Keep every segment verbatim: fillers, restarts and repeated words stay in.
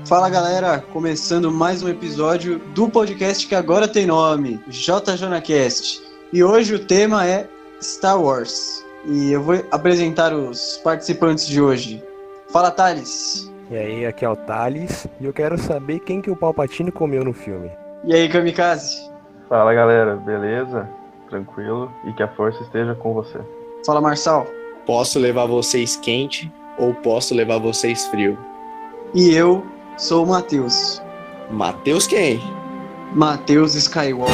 Fala galera, começando mais um episódio do podcast que agora tem nome, J J Cast. E hoje o tema é Star Wars. E eu vou apresentar os participantes de hoje. Fala, Thales. E aí, aqui é o Thales e eu quero saber quem que o Palpatine comeu no filme. E aí, Kamikaze. Fala galera, beleza? Tranquilo? E que a força esteja com você. Fala, Marçal. Posso levar vocês quente ou posso levar vocês frio? E eu sou o Matheus. Matheus quem? Matheus Skywalker.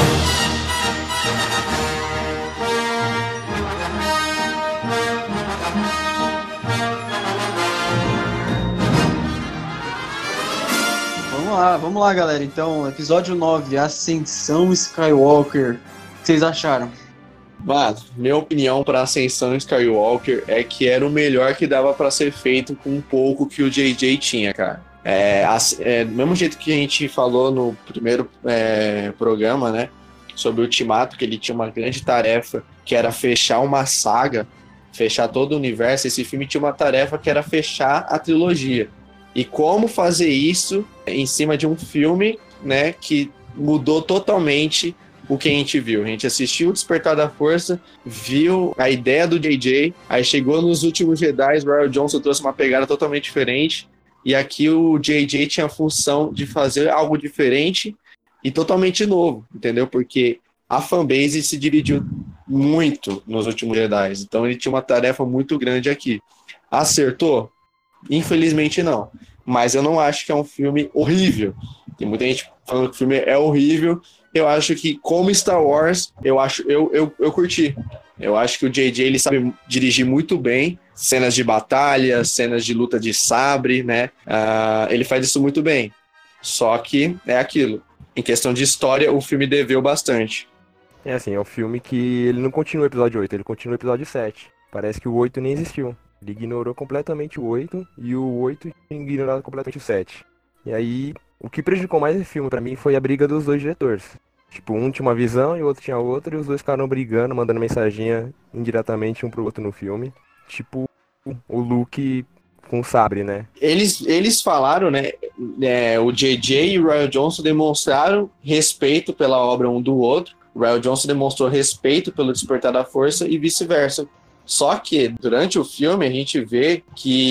Vamos lá, vamos lá, galera. Então, episódio nove, Ascensão Skywalker. O que vocês acharam? Mano, minha opinião pra Ascensão Skywalker é que era o melhor que dava pra ser feito com um pouco que o J J tinha, cara. É, é, do mesmo jeito que a gente falou no primeiro é, programa, né, sobre o Ultimato, que ele tinha uma grande tarefa, que era fechar uma saga, fechar todo o universo. Esse filme tinha uma tarefa que era fechar a trilogia. E como fazer isso em cima de um filme, né, que mudou totalmente o que a gente viu. A gente assistiu o Despertar da Força, viu a ideia do J J, aí chegou nos Últimos Jedi, o Rian Johnson trouxe uma pegada totalmente diferente, e aqui o J J tinha a função de fazer algo diferente e totalmente novo, entendeu? Porque a fanbase se dividiu muito nos Últimos Jedi, então ele tinha uma tarefa muito grande aqui. Acertou? Infelizmente não, mas eu não acho que é um filme horrível. Tem muita gente falando que o filme é horrível. Eu acho que, como Star Wars, eu acho eu, eu, eu curti. Eu acho que o J J ele sabe dirigir muito bem cenas de batalha, cenas de luta de sabre, né? Uh, ele faz isso muito bem. Só que é aquilo. Em questão de história, o filme deveu bastante. É assim, é um filme que ele não continua o episódio oito, ele continua o episódio sete. Parece que o oito nem existiu. Ele ignorou completamente o oito e o oito ignorou completamente o sete. E aí, o que prejudicou mais esse filme pra mim foi a briga dos dois diretores. Tipo, um tinha uma visão e o outro tinha outra, e os dois ficaram brigando, mandando mensaginha indiretamente um pro outro no filme. Tipo, o Luke com o sabre, né? Eles, eles falaram, né? É, o J J e o Rian Johnson demonstraram respeito pela obra um do outro. O Rian Johnson demonstrou respeito pelo Despertar da Força e vice-versa. Só que, durante o filme, a gente vê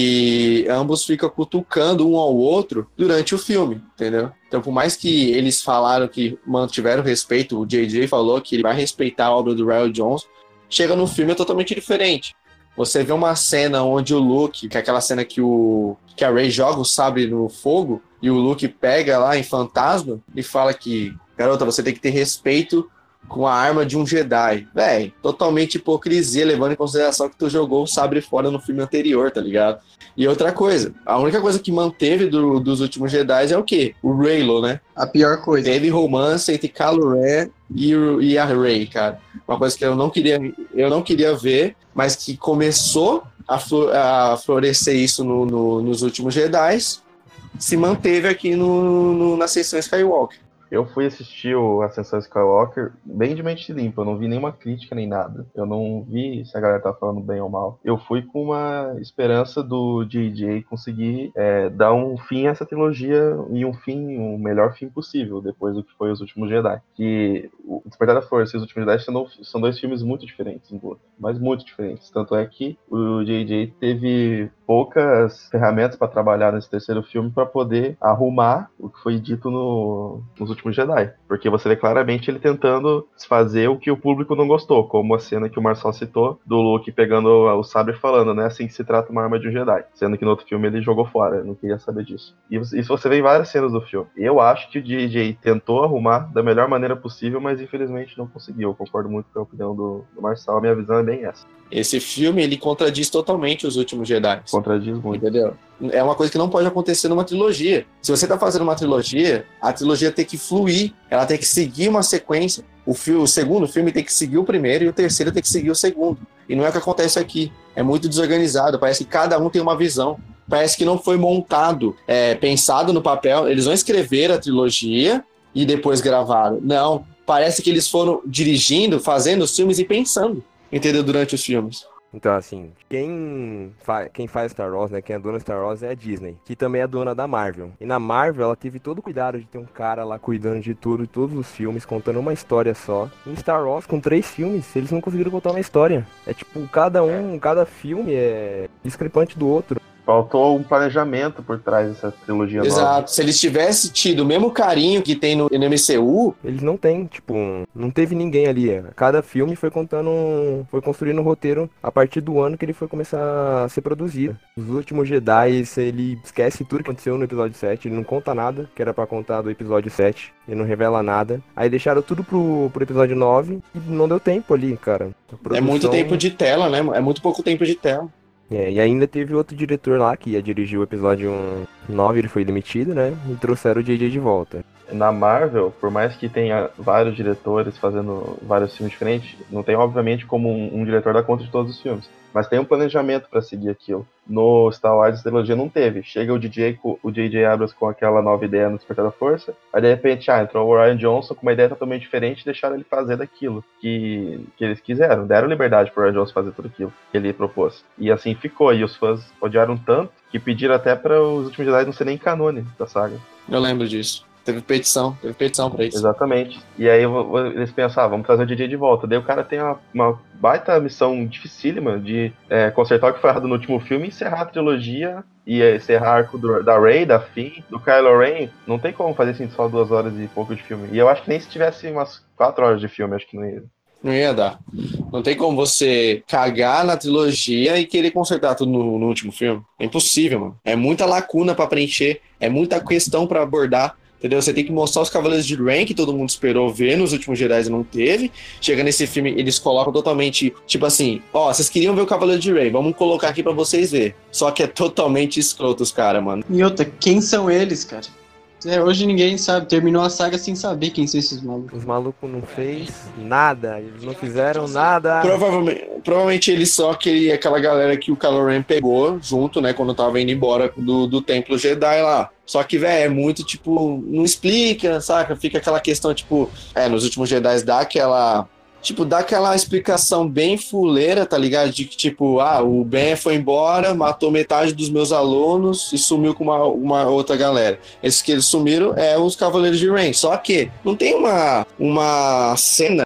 que ambos ficam cutucando um ao outro durante o filme, entendeu? Então, por mais que eles falaram que mantiveram respeito, o J J falou que ele vai respeitar a obra do Rian Johnson, chega no filme é totalmente diferente. Você vê uma cena onde o Luke, que é aquela cena que, o, que a Rey joga o sabre no fogo, e o Luke pega lá em fantasma e fala que, garota, você tem que ter respeito com a arma de um Jedi. Véi, totalmente hipocrisia, levando em consideração que tu jogou o sabre fora no filme anterior, tá ligado? E outra coisa, a única coisa que manteve do, dos Últimos Jedi é o quê? O Reylo, né? A pior coisa. Teve romance entre Kylo Ren e, e a Rey, cara. Uma coisa que eu não queria, eu não queria ver, mas que começou a, flor, a florescer isso no, no, nos Últimos Jedi, se manteve aqui no, no, na Ascensão Skywalker. Eu fui assistir o Ascensão Skywalker bem de mente limpa, eu não vi nenhuma crítica nem nada. Eu não vi se a galera tá falando bem ou mal. Eu fui com uma esperança do J J conseguir é, dar um fim a essa trilogia e um fim, um melhor fim possível, depois do que foi Os Últimos Jedi. Que o Despertar da Força e Os Últimos Jedi são, são dois filmes muito diferentes, mas muito diferentes. Tanto é que o J J teve poucas ferramentas para trabalhar nesse terceiro filme para poder arrumar o que foi dito no, nos Últimos Jedi, porque você vê claramente ele tentando fazer o que o público não gostou, como a cena que o Marcel citou, do Luke pegando o sabre e falando, né, assim que se trata uma arma de um Jedi, sendo que no outro filme ele jogou fora, não queria saber disso. E isso você vê em várias cenas do filme. Eu acho que o J J tentou arrumar da melhor maneira possível, mas infelizmente não conseguiu. Eu concordo muito com a opinião do, do Marcel, a minha visão é bem essa. Esse filme, ele contradiz totalmente Os Últimos Jedi. Contradiz muito. Entendeu? É uma coisa que não pode acontecer numa trilogia. Se você tá fazendo uma trilogia, a trilogia tem que fluir, ela tem que seguir uma sequência. O, fi- o segundo filme tem que seguir o primeiro e o terceiro tem que seguir o segundo. E não é o que acontece aqui. É muito desorganizado, parece que cada um tem uma visão. Parece que não foi montado, é, pensado no papel. Eles vão escrever a trilogia e depois gravaram. Não, parece que eles foram dirigindo, fazendo os filmes e pensando, entendeu? Durante os filmes. Então, assim, quem, fa quem faz Star Wars, né, quem é dona de Star Wars é a Disney, que também é dona da Marvel. E na Marvel, ela teve todo o cuidado de ter um cara lá cuidando de tudo, de todos os filmes, contando uma história só. Em Star Wars, com três filmes, eles não conseguiram contar uma história. É tipo, cada um, cada filme é discrepante do outro. Faltou um planejamento por trás dessa trilogia Exato. nova. Se eles tivessem tido o mesmo carinho que tem no, no M C U... Eles não têm, tipo, não teve ninguém ali. Cada filme foi contando, foi construindo um roteiro a partir do ano que ele foi começar a ser produzido. Os últimos Jedi, ele esquece tudo que aconteceu no episódio sete, ele não conta nada que era pra contar do episódio sete, ele não revela nada. Aí deixaram tudo pro, pro episódio nove e não deu tempo ali, cara. Produção... É muito tempo de tela, né? É muito pouco tempo de tela. É, e ainda teve outro diretor lá que ia dirigir o episódio nove, ele foi demitido, né? E trouxeram o J J de volta. Na Marvel, por mais que tenha vários diretores fazendo vários filmes diferentes, não tem obviamente como um, um diretor dar conta de todos os filmes. Mas tem um planejamento pra seguir aquilo. No Star Wars, a trilogia não teve. Chega o D J, o J J Abrams com aquela nova ideia no Despertar da Força, aí de repente, ah, entrou o Rian Johnson com uma ideia totalmente diferente e deixaram ele fazer daquilo que, que eles quiseram. Deram liberdade pro Rian Johnson fazer tudo aquilo que ele propôs. E assim ficou. E os fãs odiaram tanto que pediram até para os últimos Jedi não ser nem canone da saga. Eu lembro disso. Teve petição, teve petição pra isso. Exatamente. E aí eles pensam, ah, vamos trazer o D J de volta. Daí o cara tem uma, uma baita missão dificílima de é, consertar o que foi errado no último filme e encerrar a trilogia e encerrar arco do, da Rey, da Finn, do Kylo Ren. Não tem como fazer assim só duas horas e pouco de filme. E eu acho que nem se tivesse umas quatro horas de filme, acho que não ia. Não ia dar. Não tem como você cagar na trilogia e querer consertar tudo no, no último filme. É impossível, mano. É muita lacuna pra preencher, é muita questão pra abordar. Entendeu? Você tem que mostrar os Cavaleiros de Ren, que todo mundo esperou ver nos últimos Jedi e não teve. Chega nesse filme, eles colocam totalmente, tipo assim, ó, vocês queriam ver o Cavaleiro de Ren, vamos colocar aqui pra vocês ver. Só que é totalmente escroto os caras, mano. E outra, quem são eles, cara? É, hoje ninguém sabe, terminou a saga sem saber quem são esses malucos. Os malucos não fez nada, eles não fizeram nada. Provavelmente, provavelmente eles só aquele, aquela galera que o Kylo Ren pegou junto, né, quando tava indo embora do, do Templo Jedi lá. Só que, velho, é muito, tipo, não explica, saca? Fica aquela questão, tipo, é, nos últimos Jedi dá aquela... Tipo, dá aquela explicação bem fuleira, tá ligado? De que, tipo, ah, o Ben foi embora, matou metade dos meus alunos e sumiu com uma, uma outra galera. Esses que eles sumiram é os Cavaleiros de Ren. Só que não tem uma, uma cena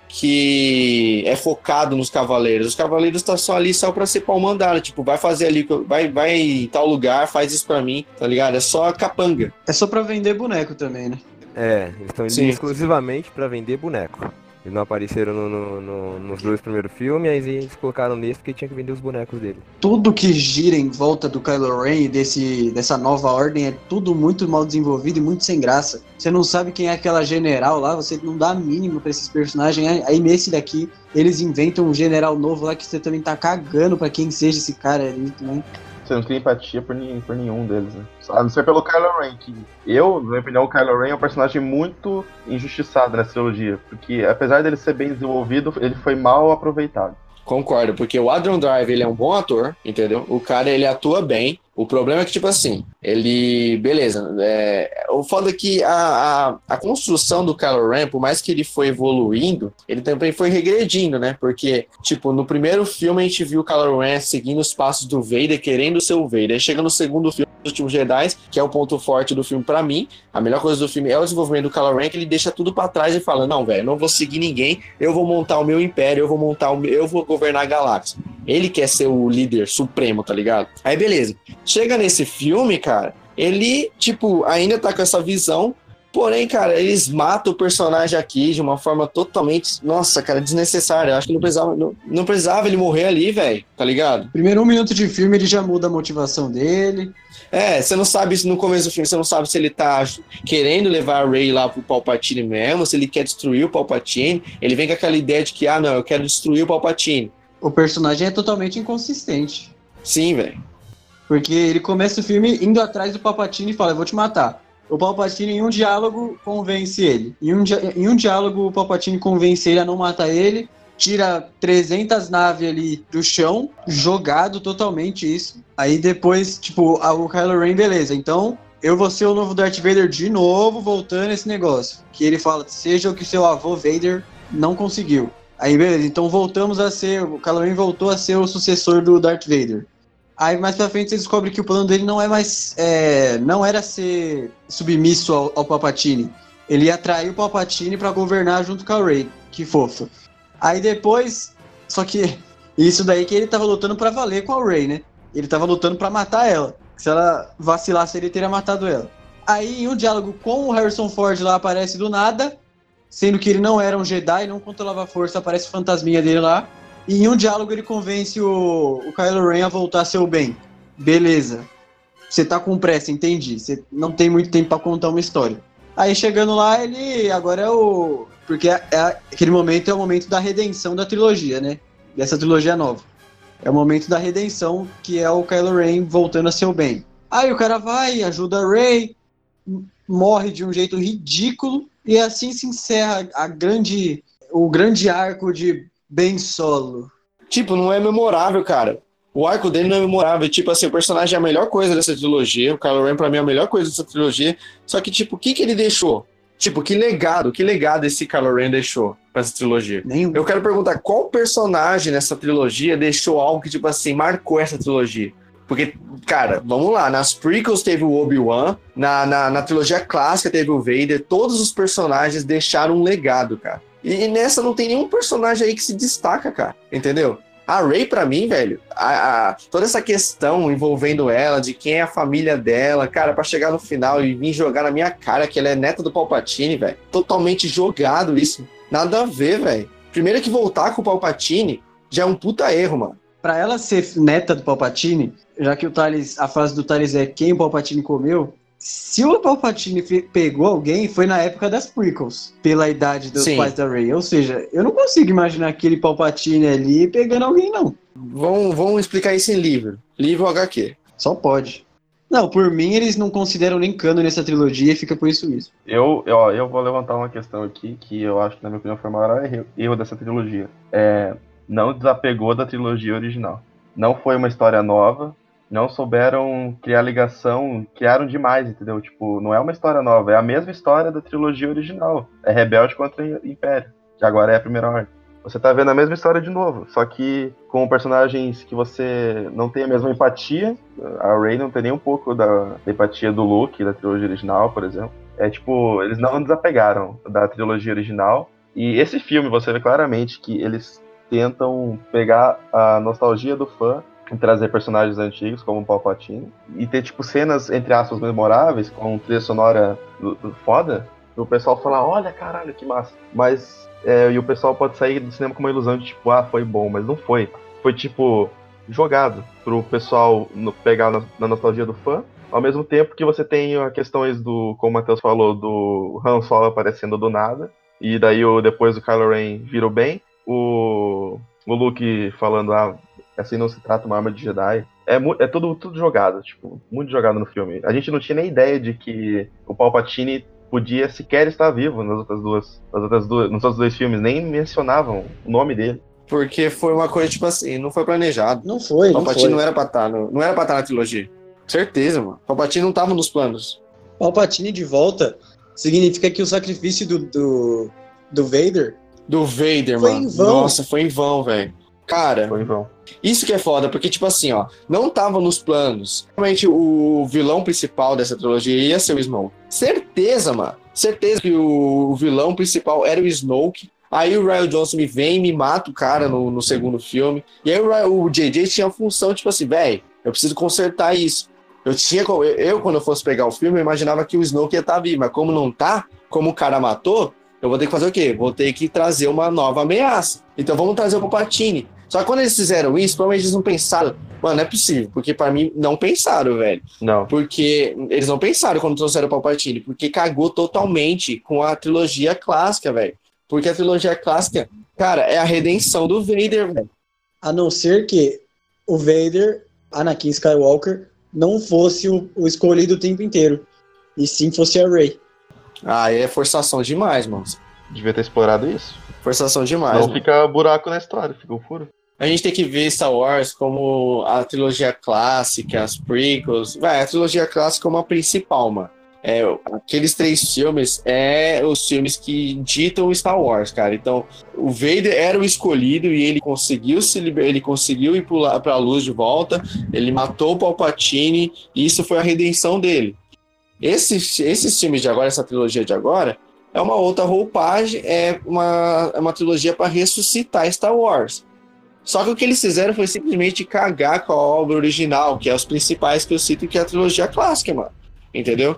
que é focado nos Cavaleiros. Os Cavaleiros estão só ali só pra ser pau-mandado. Tipo, vai fazer ali, vai, vai em tal lugar, faz isso pra mim, tá ligado? É só capanga. É só pra vender boneco também, né? É, eles estão indo Sim. exclusivamente pra vender boneco. Eles não apareceram no, no, no, nos dois primeiros filmes, aí eles colocaram nesse porque tinha que vender os bonecos dele. Tudo que gira em volta do Kylo Ren e desse, dessa nova ordem é tudo muito mal desenvolvido e muito sem graça. Você não sabe quem é aquela general lá, você não dá mínimo pra esses personagens. Aí nesse daqui, eles inventam um general novo lá que você também tá cagando pra quem seja esse cara ali também. Você não tem empatia por, ni- por nenhum deles, né? A não ser pelo Kylo Ren, que eu, na minha opinião, o Kylo Ren é um personagem muito injustiçado nessa trilogia, porque apesar dele ser bem desenvolvido, ele foi mal aproveitado. Concordo, porque o Adam Driver, ele é um bom ator, entendeu? O cara, ele atua bem. O problema é que, tipo assim, ele... Beleza, é, o foda é que a, a, a construção do Kylo Ren, por mais que ele foi evoluindo, ele também foi regredindo, né? Porque, tipo, no primeiro filme a gente viu o Kylo Ren seguindo os passos do Vader, querendo ser o Vader. Aí chega no segundo filme, Os Últimos Jedi, que é o ponto forte do filme pra mim. A melhor coisa do filme é o desenvolvimento do Kylo Ren, que ele deixa tudo pra trás e fala, não, velho, não vou seguir ninguém, eu vou montar o meu império, eu vou montar o meu, eu vou governar a galáxia. Ele quer ser o líder supremo, tá ligado? Aí, beleza. Chega nesse filme, cara, ele, tipo, ainda tá com essa visão, porém, cara, eles matam o personagem aqui de uma forma totalmente, nossa, cara, desnecessária. Eu acho que não precisava, não, não precisava ele morrer ali, velho, tá ligado? Primeiro um minuto de filme ele já muda a motivação dele. É, você não sabe se no começo do filme, você não sabe se ele tá querendo levar a Rey lá pro Palpatine mesmo, se ele quer destruir o Palpatine. Ele vem com aquela ideia de que, ah, não, eu quero destruir o Palpatine. O personagem é totalmente inconsistente. Sim, velho. Porque ele começa o filme indo atrás do Palpatine e fala, eu vou te matar. O Palpatine, em um diálogo, convence ele. Em um, di- em um diálogo, o Palpatine convence ele a não matar ele, tira trezentas naves ali do chão, jogado totalmente isso. Aí depois, tipo, a- o Kylo Ren, beleza, então eu vou ser o novo Darth Vader de novo, voltando esse negócio. Que ele fala, seja o que seu avô Vader não conseguiu. Aí, beleza, então voltamos a ser, o Kylo Ren voltou a ser o sucessor do Darth Vader. Aí, mais pra frente, você descobre que o plano dele não é mais, é, não era ser submisso ao, ao Palpatine. Ele ia atrair o Palpatine pra governar junto com a Rey, que fofo. Aí depois, só que isso daí que ele tava lutando pra valer com a Rey, né? Ele tava lutando pra matar ela. Se ela vacilasse, ele teria matado ela. Aí, em um diálogo com o Harrison Ford lá, aparece do nada, sendo que ele não era um Jedi, não controlava a força, aparece o fantasminha dele lá. E em um diálogo ele convence o, o Kylo Ren a voltar a ser o bem. Beleza. Você tá com pressa, entendi. Você não tem muito tempo pra contar uma história. Aí chegando lá, ele agora é o... Porque é, é, aquele momento é o momento da redenção da trilogia, né? Dessa trilogia nova. É o momento da redenção, que é o Kylo Ren voltando a ser o bem. Aí o cara vai, ajuda a Rey, morre de um jeito ridículo, e assim se encerra a grande, o grande arco de Ben Solo. Tipo, não é memorável, cara. O arco dele não é memorável. Tipo assim, o personagem é a melhor coisa dessa trilogia. O Kylo Ren, pra mim, é a melhor coisa dessa trilogia. Só que, tipo, o que que ele deixou? Tipo, que legado, que legado esse Kylo Ren deixou pra essa trilogia? Nenhum. Eu quero perguntar, qual personagem nessa trilogia deixou algo que, tipo assim, marcou essa trilogia? Porque, cara, vamos lá, nas prequels teve o Obi-Wan, na, na, na trilogia clássica teve o Vader, todos os personagens deixaram um legado, cara. E, e nessa não tem nenhum personagem aí que se destaca, cara, entendeu? A Rey, pra mim, velho, a, a, toda essa questão envolvendo ela, de quem é a família dela, cara, pra chegar no final e vir jogar na minha cara que ela é neta do Palpatine, velho, totalmente jogado isso. Nada a ver, velho. Primeiro que voltar com o Palpatine já é um puta erro, mano. Pra ela ser neta do Palpatine, já que o Thales, a frase do Thales é quem o Palpatine comeu, se o Palpatine fe- pegou alguém, foi na época das prequels, pela idade dos Sim. pais da Rey. Ou seja, eu não consigo imaginar aquele Palpatine ali pegando alguém, não. Vamos, vamos explicar isso em livro. Livro ou H Q. Só pode. Não, por mim, eles não consideram nem cano nessa trilogia e fica por isso mesmo. Eu, eu, ó, eu vou levantar uma questão aqui que eu acho que, na minha opinião, foi o maior erro, erro dessa trilogia. É, não desapegou da trilogia original. Não foi uma história nova, não souberam criar ligação, criaram demais, entendeu? Tipo, não é uma história nova, é a mesma história da trilogia original. É Rebelde contra Império, que agora é a primeira ordem. Você tá vendo a mesma história de novo, só que com personagens que você não tem a mesma empatia. A Rey não tem nem um pouco da, da empatia do Luke, da trilogia original, por exemplo. É tipo, eles não desapegaram da trilogia original. E esse filme, você vê claramente que eles tentam pegar a nostalgia do fã e trazer personagens antigos, como o Palpatine, e ter, tipo, cenas, entre aspas, memoráveis, com trilha sonora do, do foda, e o pessoal falar, olha, caralho, que massa. Mas, é, e o pessoal pode sair do cinema com uma ilusão de, tipo, ah, foi bom, mas não foi. Foi, tipo, jogado pro pessoal no, pegar na, na nostalgia do fã, ao mesmo tempo que você tem as questões do, como o Matheus falou, do Han Solo aparecendo do nada, e daí o, depois o Kylo Ren vira o bem, o, o Luke falando, ah, assim não se trata uma arma de Jedi. É, é tudo, tudo jogado, tipo, muito jogado no filme. A gente não tinha nem ideia de que o Palpatine podia sequer estar vivo nas outras duas, nas outras duas, nos outros dois filmes, nem mencionavam o nome dele. Porque foi uma coisa, tipo assim, não foi planejado. Não foi, O não Palpatine foi. não era pra estar, não, não era pra estar na trilogia. Certeza, mano. O Palpatine não tava nos planos. Palpatine de volta significa que o sacrifício do, do, do Vader Do Vader, Foi mano. em vão. Nossa, foi em vão, velho. Cara, Foi em vão. isso que é foda, porque, tipo assim, ó, não tava nos planos. Realmente, o vilão principal dessa trilogia ia ser o Snoke. Certeza, mano. Certeza que o vilão principal era o Snoke. Aí o Rian Johnson me vem e me mata o cara no, no segundo filme. E aí o, Ryan- o J J tinha a função, tipo assim, velho, eu preciso consertar isso. Eu tinha, eu, eu, quando eu fosse pegar o filme, eu imaginava que o Snoke ia estar vivo. Mas como não tá, como o cara matou, eu vou ter que fazer o quê? Vou ter que trazer uma nova ameaça. Então vamos trazer o Palpatine. Só que quando eles fizeram isso, provavelmente eles não pensaram. Mano, não é possível. Porque pra mim, não pensaram, velho. Não. Porque eles não pensaram quando trouxeram o Palpatine. Porque cagou totalmente com a trilogia clássica, velho. Porque a trilogia clássica, cara, é a redenção do Vader, velho. a não ser que o Vader, Anakin Skywalker, não fosse o, o escolhido o tempo inteiro. E sim fosse a Rey. Ah, é forçação demais, mano. Devia ter explorado isso. Forçação demais. Não mano. fica buraco na história, fica um furo. A gente tem que ver Star Wars como a trilogia clássica, as prequels. Vai, a trilogia clássica como a principal, mano. É, aqueles três filmes é os filmes que ditam o Star Wars, cara. Então, o Vader era o escolhido e ele conseguiu se liber... ele conseguiu ir para a luz de volta, ele matou o Palpatine e isso foi a redenção dele. Esses, esses filmes de agora, essa trilogia de agora, é uma outra roupagem, é uma, é uma trilogia para ressuscitar Star Wars. Só que o que eles fizeram foi simplesmente cagar com a obra original, que é os principais que eu cito, que é a trilogia clássica, mano. Entendeu?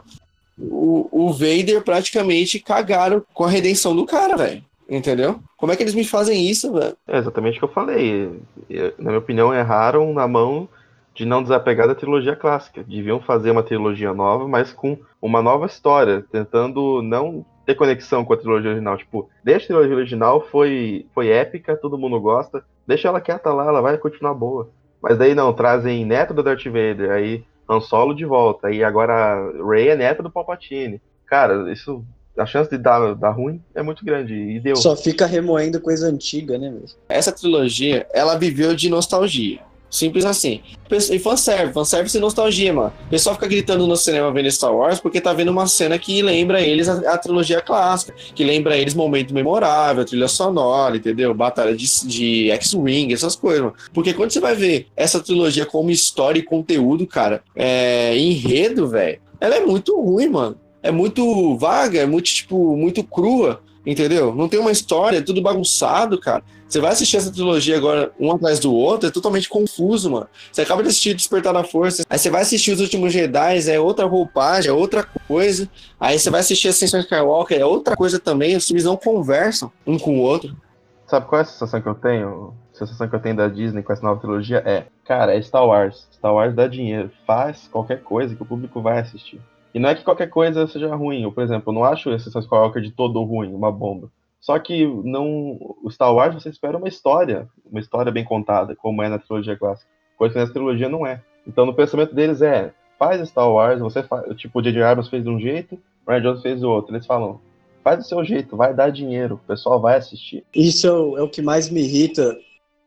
O, o Vader praticamente cagaram com a redenção do cara, velho. Entendeu? Como é que eles me fazem isso, velho? É exatamente o que eu falei. Na minha opinião, erraram na mão de não desapegar da trilogia clássica. Deviam fazer uma trilogia nova, mas com uma nova história, tentando não ter conexão com a trilogia original. Tipo, deixa a trilogia original, foi, foi épica, todo mundo gosta, deixa ela quieta lá, ela vai continuar boa. Mas daí não, trazem neto do Darth Vader, aí Han Solo de volta, aí agora Rey é neta do Palpatine. Cara, isso, a chance de dar, dar ruim é muito grande, e deu. Só fica remoendo coisa antiga, né, velho? Essa trilogia, ela viveu de nostalgia. Simples assim. E fanservice, fanservice e nostalgia, mano. O pessoal fica gritando no cinema vendo Star Wars porque tá vendo uma cena que lembra eles a, a trilogia clássica, que lembra eles momento memorável, trilha sonora, entendeu? Batalha de, de X-Wing, essas coisas, mano. Porque quando você vai ver essa trilogia como história e conteúdo, cara, é, enredo, velho, ela é muito ruim, mano. É muito vaga, é muito, tipo, muito crua, entendeu? Não tem uma história, é tudo bagunçado, cara. Você vai assistir essa trilogia agora, um atrás do outro, é totalmente confuso, mano. Você acaba de assistir Despertar da Força, aí você vai assistir Os Últimos Jedi, é outra roupagem, é outra coisa. Aí você vai assistir Ascensão Skywalker, é outra coisa também. Os filmes não conversam um com o outro. Sabe qual é a sensação que eu tenho? A sensação que eu tenho da Disney com essa nova trilogia é, cara, é Star Wars. Star Wars dá dinheiro, faz qualquer coisa que o público vai assistir. E não é que qualquer coisa seja ruim. Eu, por exemplo, eu não acho Ascensão Skywalker de todo ruim, uma bomba. Só que não, o Star Wars você espera uma história, uma história bem contada, como é na trilogia clássica. Coisa que nessa trilogia não é. Então no pensamento deles é, faz Star Wars, você faz, tipo, o J J Abrams fez de um jeito, o Rian Johnson fez do outro. Eles falam, faz do seu jeito, vai dar dinheiro, o pessoal vai assistir. Isso é o, é o que mais me irrita,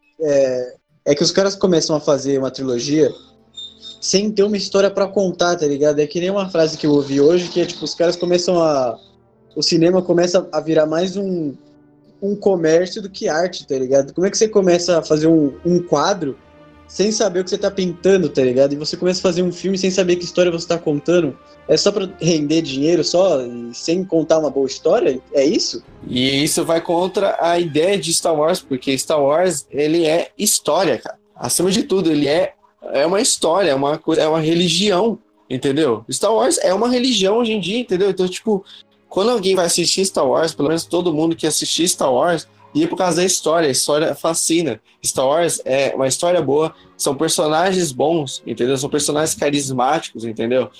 é, é que os caras começam a fazer uma trilogia sem ter uma história pra contar, tá ligado? É que nem uma frase que eu ouvi hoje, que é tipo, os caras começam a... O cinema começa a virar mais um, um comércio do que arte, tá ligado? Como é que você começa a fazer um, um quadro sem saber o que você tá pintando, tá ligado? E você começa a fazer um filme sem saber que história você tá contando? É só pra render dinheiro só, e sem contar uma boa história? É isso? E isso vai contra a ideia de Star Wars, porque Star Wars, ele é história, cara. Acima de tudo, ele é, é uma história, é uma, coisa, é uma religião, entendeu? Star Wars é uma religião hoje em dia, entendeu? Então, tipo... Quando alguém vai assistir Star Wars, pelo menos todo mundo que assistir Star Wars, ia por causa da história. A história fascina. Star Wars é uma história boa, são personagens bons, entendeu? São personagens carismáticos, entendeu?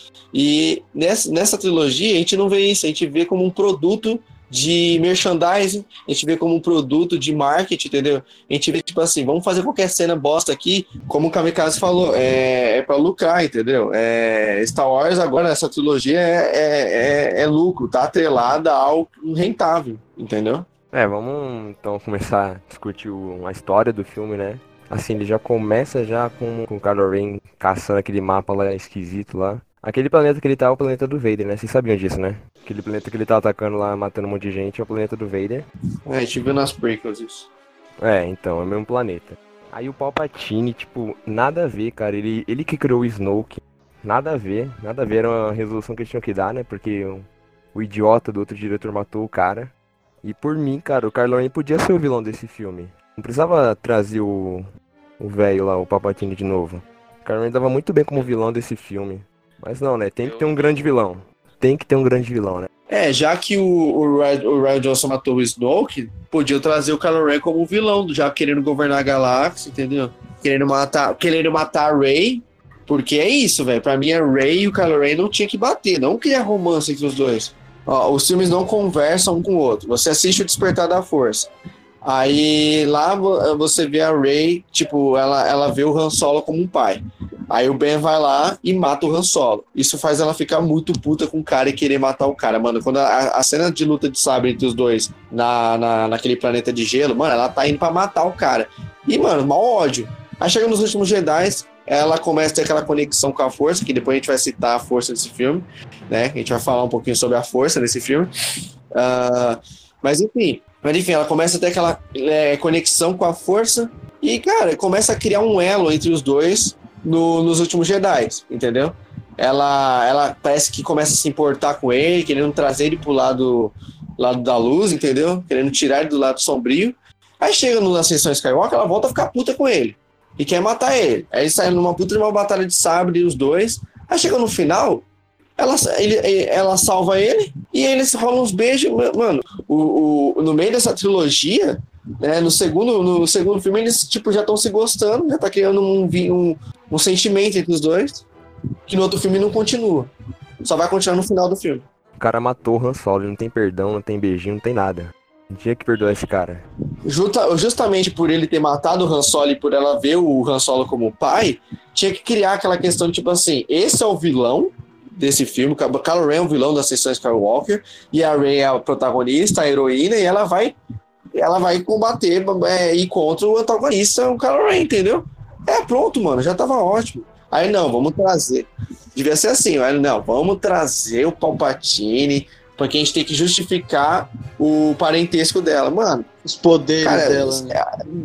E nessa, nessa trilogia a gente não vê isso, a gente vê como um produto de merchandising, a gente vê como um produto de marketing, entendeu? A gente vê, tipo assim, vamos fazer qualquer cena bosta aqui, como o Kamikaze falou, é, é pra lucrar, entendeu? É, Star Wars agora, essa trilogia é, é, é, é lucro, tá atrelada ao rentável, entendeu? É, vamos então começar a discutir o, a história do filme, né? Assim, ele já começa já com, com o Kylo Ren caçando aquele mapa lá esquisito lá. Aquele planeta que ele tá é o planeta do Vader, né? Vocês sabiam disso, né? Aquele planeta que ele tá atacando lá, matando um monte de gente, é o planeta do Vader. É, a gente viu nas prequels isso. É, então, é o mesmo planeta. Aí o Palpatine, tipo, nada a ver, cara. Ele, ele que criou o Snoke. Nada a ver, nada a ver. Era uma resolução que eles tinham que dar, né? Porque o, o idiota do outro diretor matou o cara. E por mim, cara, o Kylo Ren podia ser o vilão desse filme. Não precisava trazer o o velho lá, o Palpatine de novo. O Kylo Ren dava muito bem como vilão desse filme. Mas não, né? Tem que ter um grande vilão. Tem que ter um grande vilão, né? É, já que o, o, Ryan, o Ryan Johnson matou o Snoke, podia trazer o Kylo Ren como vilão, já querendo governar a galáxia, entendeu? Querendo matar, querendo matar a Rey, porque é isso, velho. Pra mim, a Rey e o Kylo Ren não tinha que bater, não criar romance entre os dois. Ó, os filmes não conversam um com o outro. Você assiste o Despertar da Força. Aí lá você vê a Rey, tipo, ela, ela vê o Han Solo como um pai. Aí o Ben vai lá e mata o Han Solo. Isso faz ela ficar muito puta com o cara e querer matar o cara. Mano, quando a, a cena de luta de sabre entre os dois na, na, naquele planeta de gelo, mano, ela tá indo pra matar o cara. E, mano, mau ódio. Aí chega nos Últimos Jedi, ela começa a ter aquela conexão com a força, que depois a gente vai citar a força desse filme, né? A gente vai falar um pouquinho sobre a força desse filme. Uh, mas enfim, mas enfim, ela começa a ter aquela é, conexão com a força e, cara, começa a criar um elo entre os dois no, nos últimos Jedi, entendeu? Ela, ela parece que começa a se importar com ele, querendo trazer ele pro lado, lado da luz, entendeu? Querendo tirar ele do lado sombrio. Aí chega na Ascensão Skywalker, ela volta a ficar puta com ele e quer matar ele. Aí eles saem numa puta de uma batalha de sabre, os dois. Aí chega no final, ela, ele, ela salva ele e eles rolam uns beijos. Mano, o, o, no meio dessa trilogia, né, no, segundo, no segundo filme, eles tipo, já estão se gostando, já tá criando um, um, um sentimento entre os dois, que no outro filme não continua. Só vai continuar no final do filme. O cara matou o Han Solo, não tem perdão, não tem beijinho, não tem nada. Não tinha que perdoar esse cara. Justa, justamente por ele ter matado o Han Solo e por ela ver o Han Solo como pai, tinha que criar aquela questão de tipo assim, esse é o vilão desse filme, o Kylo Ren é o vilão da Ascensão Skywalker, e a Rey é a protagonista, a heroína, e ela vai ela vai combater é, ir contra o antagonista, o Kylo Ren, entendeu? É, pronto, mano, já tava ótimo. Aí não, vamos trazer. Devia ser assim, aí não, vamos trazer o Palpatine, porque a gente tem que justificar o parentesco dela, mano. Os poderes cara, dela, né?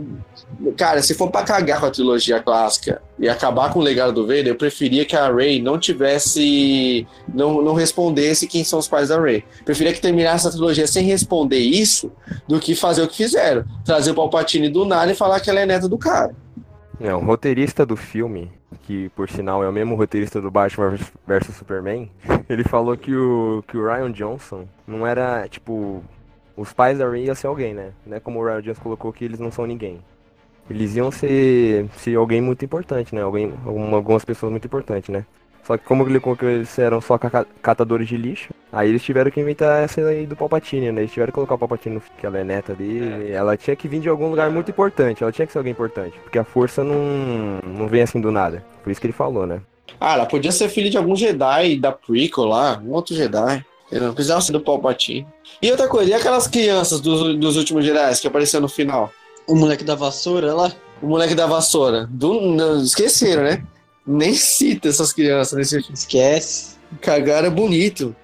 Cara, se for pra cagar com a trilogia clássica e acabar com o legado do Vader, eu preferia que a Rey não tivesse... Não, não respondesse quem são os pais da Rey. Preferia que terminasse a trilogia sem responder isso do que fazer o que fizeram. Trazer o Palpatine do nada e falar que ela é neta do cara. É, o roteirista do filme, que por sinal é o mesmo roteirista do Batman versus Superman, ele falou que o, que o Rian Johnson não era, tipo... Os pais da Rey iam ser alguém, né? Não é como o Rian Johnson colocou que eles não são ninguém. Eles iam ser, ser alguém muito importante, né? Alguém, algumas pessoas muito importantes, né? Só que como ele colocou que eles eram só catadores de lixo, aí eles tiveram que inventar essa aí do Palpatine, né? Eles tiveram que colocar o Palpatine, que ela é neta dele. Ela tinha que vir de algum lugar muito importante, ela tinha que ser alguém importante. Porque a força não, não vem assim do nada. Por isso que ele falou, né? Ah, ela podia ser filha de algum Jedi da prequel lá, um outro Jedi. Ele não precisava ser do Palpatine. E outra coisa, e aquelas crianças dos, dos últimos Jedi que apareceram no final? O moleque da vassoura lá? O moleque da vassoura. Do, não, esqueceram, né? Nem cita essas crianças nesse filme. Esquece. Cagaram bonito.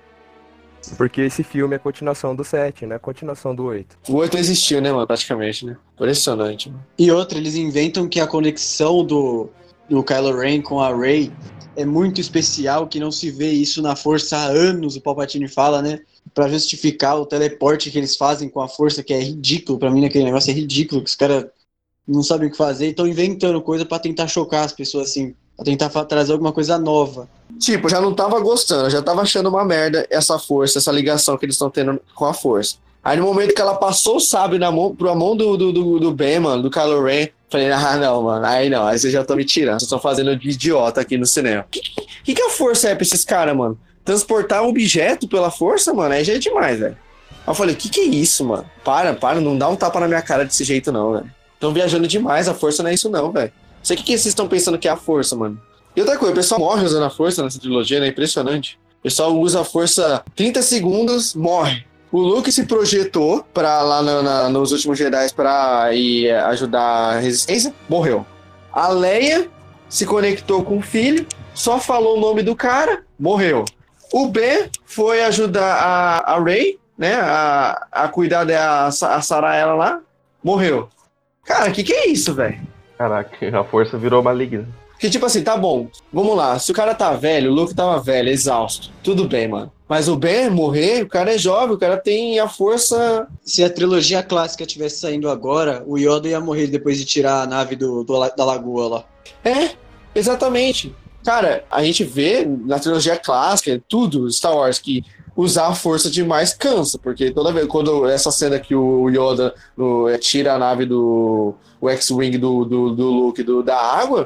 Porque esse filme é a continuação do sete, né? A continuação do oito. O oito existiu, né, mano? Praticamente, né? Impressionante, mano. E outra, eles inventam que a conexão do, do Kylo Ren com a Rey é muito especial, que não se vê isso na Força há anos, o Palpatine fala, né? Pra justificar o teleporte que eles fazem com a Força, que é ridículo. Pra mim, aquele negócio é ridículo, que os caras não sabem o que fazer e estão inventando coisa pra tentar chocar as pessoas, assim. Pra tentar trazer alguma coisa nova. Tipo, já não tava gostando, já tava achando uma merda essa força, essa ligação que eles estão tendo com a força. Aí no momento que ela passou o sabre na mão, pra mão do, do, do, do Ben, mano, do Kylo Ren, falei, ah, não, mano, aí não, aí vocês já estão me tirando, vocês estão fazendo de idiota aqui no cinema. O que, que, que a força é pra esses caras, mano? Transportar um objeto pela força, mano, aí já é demais, velho. Aí eu falei, o que que é isso, mano? Para, para, não dá um tapa na minha cara desse jeito não, velho. Estão viajando demais, a força não é isso não, velho. Não sei o que, que vocês estão pensando que é a força, mano. E outra coisa, o pessoal morre usando a força nessa trilogia, né? Impressionante. O pessoal usa a força trinta segundos, morre. O Luke se projetou pra lá na, na, nos últimos Jedi pra ir ajudar a resistência, morreu. A Leia se conectou com o filho, só falou o nome do cara, morreu. O Ben foi ajudar a, a Rey, né? A, a cuidar da a sarar ela lá, morreu. Cara, o que que é isso, velho? Caraca, a força virou maligna. Que tipo assim, tá bom, vamos lá, se o cara tá velho, o Luke tava velho, exausto, tudo bem, mano. Mas o Ben morrer, o cara é jovem, o cara tem a força... Se a trilogia clássica tivesse saindo agora, o Yoda ia morrer depois de tirar a nave do, do da lagoa lá. É, exatamente. Cara, a gente vê na trilogia clássica, tudo, Star Wars, que usar a força demais cansa, porque toda vez, quando essa cena que o Yoda no, tira a nave do... o X-Wing do, do, do Luke do, da água,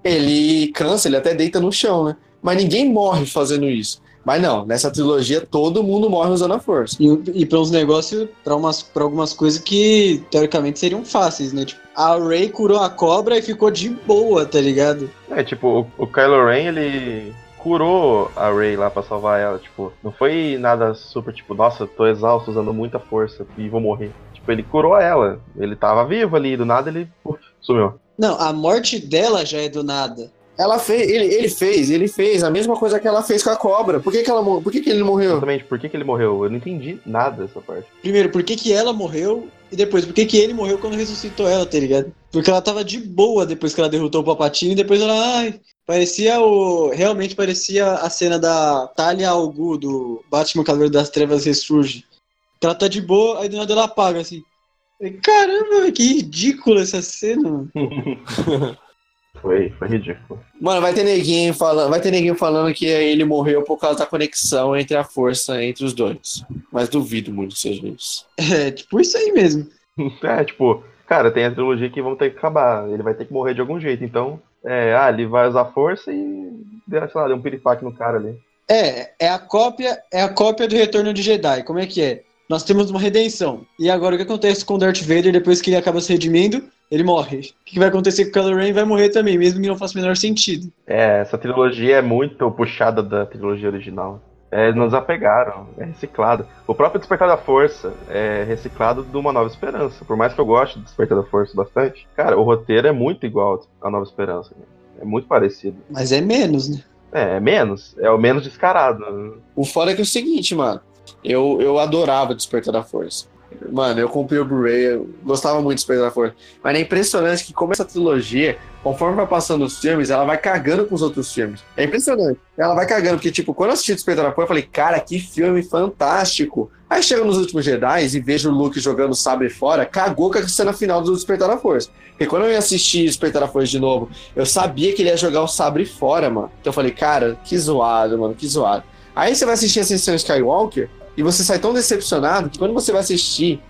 ele cansa, ele até deita no chão, né? Mas ninguém morre fazendo isso. Mas não, nessa trilogia todo mundo morre usando a força. E, e para uns negócios, para umas, pra algumas coisas que teoricamente seriam fáceis, né? Tipo, a Rey curou a cobra e ficou de boa, tá ligado? É, tipo, o, o Kylo Ren, ele curou a Rey lá pra salvar ela, tipo, não foi nada super, tipo, nossa, tô exausto usando muita força e vou morrer. Tipo, ele curou ela, ele tava vivo ali, do nada ele uf, sumiu. Não, a morte dela já é do nada. Ela fez, ele, ele fez, ele fez a mesma coisa que ela fez com a cobra. Por que que ela, por que que ele morreu? Exatamente, por que que ele morreu? Eu não entendi nada dessa parte. Primeiro, por que que ela morreu? E depois, por que que ele morreu quando ressuscitou ela, tá ligado? Porque ela tava de boa depois que ela derrotou o Palpatine. E depois ela, ai... Parecia o... Realmente parecia a cena da Talia al Ghul, do Batman Cavaleiro das Trevas Ressurge. Que ela tá de boa, aí do nada ela apaga, assim. Caramba, que ridícula essa cena, mano. Foi, foi ridículo. Mano, vai ter neguinho falando, vai ter neguinho falando que ele morreu por causa da conexão entre a força entre os dois. Mas duvido muito que seja isso. É, tipo isso aí mesmo. É, tipo, cara, tem a trilogia que vão ter que acabar. Ele vai ter que morrer de algum jeito, então... É, ah, ele vai usar força e... Sei lá, deu um piripaque no cara ali. É, é a cópia, é a cópia do Retorno de Jedi. Como é que é? Nós temos uma redenção. E agora o que acontece com o Darth Vader depois que ele acaba se redimindo? Ele morre. O que vai acontecer com o Kylo Ren? Vai morrer também, mesmo que não faça o menor sentido. É, essa trilogia é muito puxada da trilogia original. É, nos apegaram, é reciclado. O próprio Despertar da Força é reciclado de Uma Nova Esperança. Por mais que eu goste do Despertar da Força bastante, cara, o roteiro é muito igual a Nova Esperança. Né? É muito parecido. Mas é menos, né? É, é menos. É o menos descarado. O foda é que é o seguinte, mano. Eu, eu adorava Despertar da Força. Mano, eu comprei o Blu-ray, eu gostava muito de Despertar da Força. Mas é impressionante que, como essa trilogia, conforme vai passando os filmes, ela vai cagando com os outros filmes. É impressionante. Ela vai cagando, porque, tipo, quando eu assisti Despertar da Força, eu falei, cara, que filme fantástico. Aí chega nos Últimos Jedi e vejo o Luke jogando o sabre fora, cagou com a cena final do Despertar da Força. Porque quando eu ia assistir Despertar da Força de novo, eu sabia que ele ia jogar o sabre fora, mano. Então eu falei, cara, que zoado, mano, que zoado. Aí você vai assistir Ascensão Skywalker, e você sai tão decepcionado que quando você vai assistir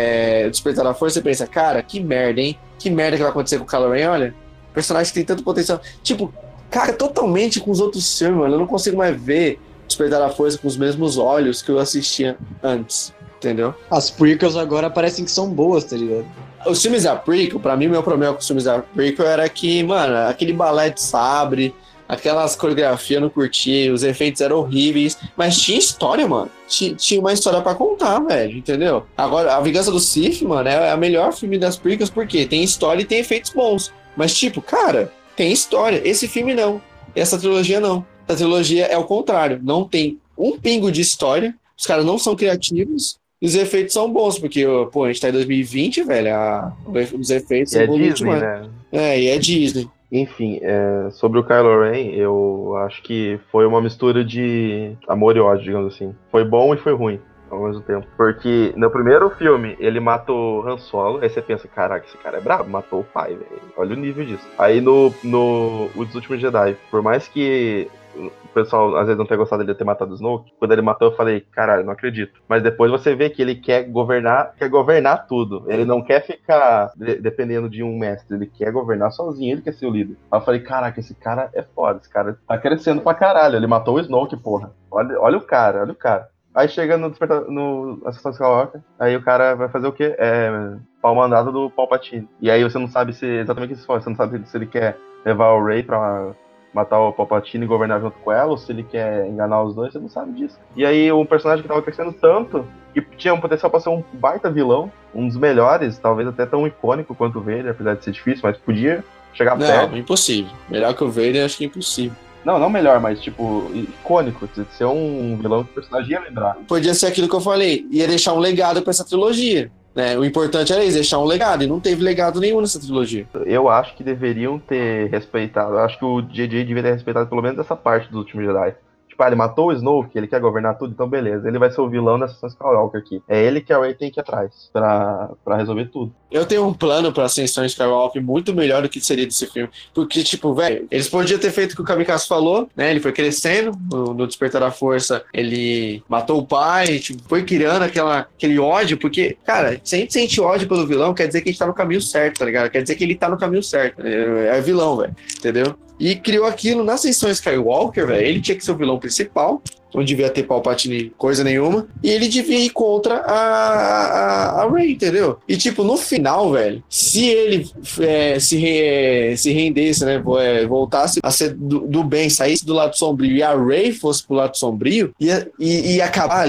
é, Despertar da Força, você pensa, cara, que merda, hein? Que merda que vai acontecer com o Kylo Ren, olha. Personagem que tem tanto potencial. Tipo, cara, totalmente com os outros filmes, mano. Eu não consigo mais ver Despertar da Força com os mesmos olhos que eu assistia antes, entendeu? As prequels agora parecem que são boas, tá ligado? Os filmes da prequel, pra mim, meu problema com os filmes da prequel era que, mano, aquele balé de sabre... Aquelas coreografias eu não curti, os efeitos eram horríveis, mas tinha história, mano. Tinha, tinha uma história pra contar, velho, entendeu? Agora, A Vingança do Sith, mano, é o melhor filme das prequels, porque tem história e tem efeitos bons. Mas, tipo, cara, tem história. Esse filme não. Essa trilogia não. Essa trilogia é o contrário. Não tem um pingo de história, os caras não são criativos, e os efeitos são bons, porque, pô, a gente tá em dois mil e vinte, velho, a, os efeitos E são é bons Disney, demais. né? É, e é Disney. Enfim, é, sobre o Kylo Ren, eu acho que foi uma mistura de amor e ódio, digamos assim. Foi bom e foi ruim ao mesmo tempo. Porque no primeiro filme, ele mata o Han Solo, aí você pensa, caraca, esse cara é brabo, matou o pai, velho. Olha o nível disso. Aí no, no Os Últimos Jedi, por mais que o pessoal às vezes não tenha gostado dele ter matado o Snoke, quando ele matou eu falei, caralho, não acredito. Mas depois você vê que ele quer governar, quer governar tudo. Ele não quer ficar de- dependendo de um mestre, ele quer governar sozinho, ele quer ser o líder. Aí eu falei, caraca, esse cara é foda, esse cara tá crescendo pra caralho. Ele matou o Snoke, porra. Olha, olha o cara, olha o cara. Aí chega no despertar, no Ascensão Skywalker, aí o cara vai fazer o quê? É pau mandado do Palpatine. E aí você não sabe se exatamente o que se for, você não sabe se ele quer levar o Rey pra matar o Palpatine e governar junto com ela, ou se ele quer enganar os dois, você não sabe disso. E aí um personagem que tava crescendo tanto, que tinha um potencial pra ser um baita vilão, um dos melhores, talvez até tão icônico quanto o Vader, apesar de ser difícil, mas podia chegar perto. Não, impossível. Melhor que o Vader, acho que é impossível. Não, não melhor, mas tipo, icônico, de ser um vilão que o personagem ia lembrar. Podia ser aquilo que eu falei, ia deixar um legado pra essa trilogia. Né? O importante era isso, deixar um legado, e não teve legado nenhum nessa trilogia. Eu acho que deveriam ter respeitado, eu acho que o J J devia ter respeitado pelo menos essa parte dos últimos Jedi. Tipo, ah, ele matou o Snoke, ele quer governar tudo, então beleza, ele vai ser o vilão dessa Ascensão Skywalker aqui. É ele que a Rey tem que ir atrás, pra, pra resolver tudo. Eu tenho um plano pra Ascensão Skywalker muito melhor do que seria desse filme. Porque, tipo, velho, eles podiam ter feito o que o Kamikaze falou, né? Ele foi crescendo no, no Despertar da Força, ele matou o pai, tipo, foi criando aquela, aquele ódio, porque, cara, se a gente sente ódio pelo vilão, quer dizer que a gente tá no caminho certo, tá ligado? Quer dizer que ele tá no caminho certo. É, é vilão, velho, entendeu? E criou aquilo na Ascensão Skywalker, velho. Ele tinha que ser o vilão principal, não devia ter Palpatine coisa nenhuma, e ele devia ir contra a, a, a Rey, entendeu? E tipo, no final, velho, se ele é, se, re, se rendesse, né, voltasse a ser do, do bem, saísse do lado sombrio e a Rey fosse pro lado sombrio, ia, ia, ia acabar ali,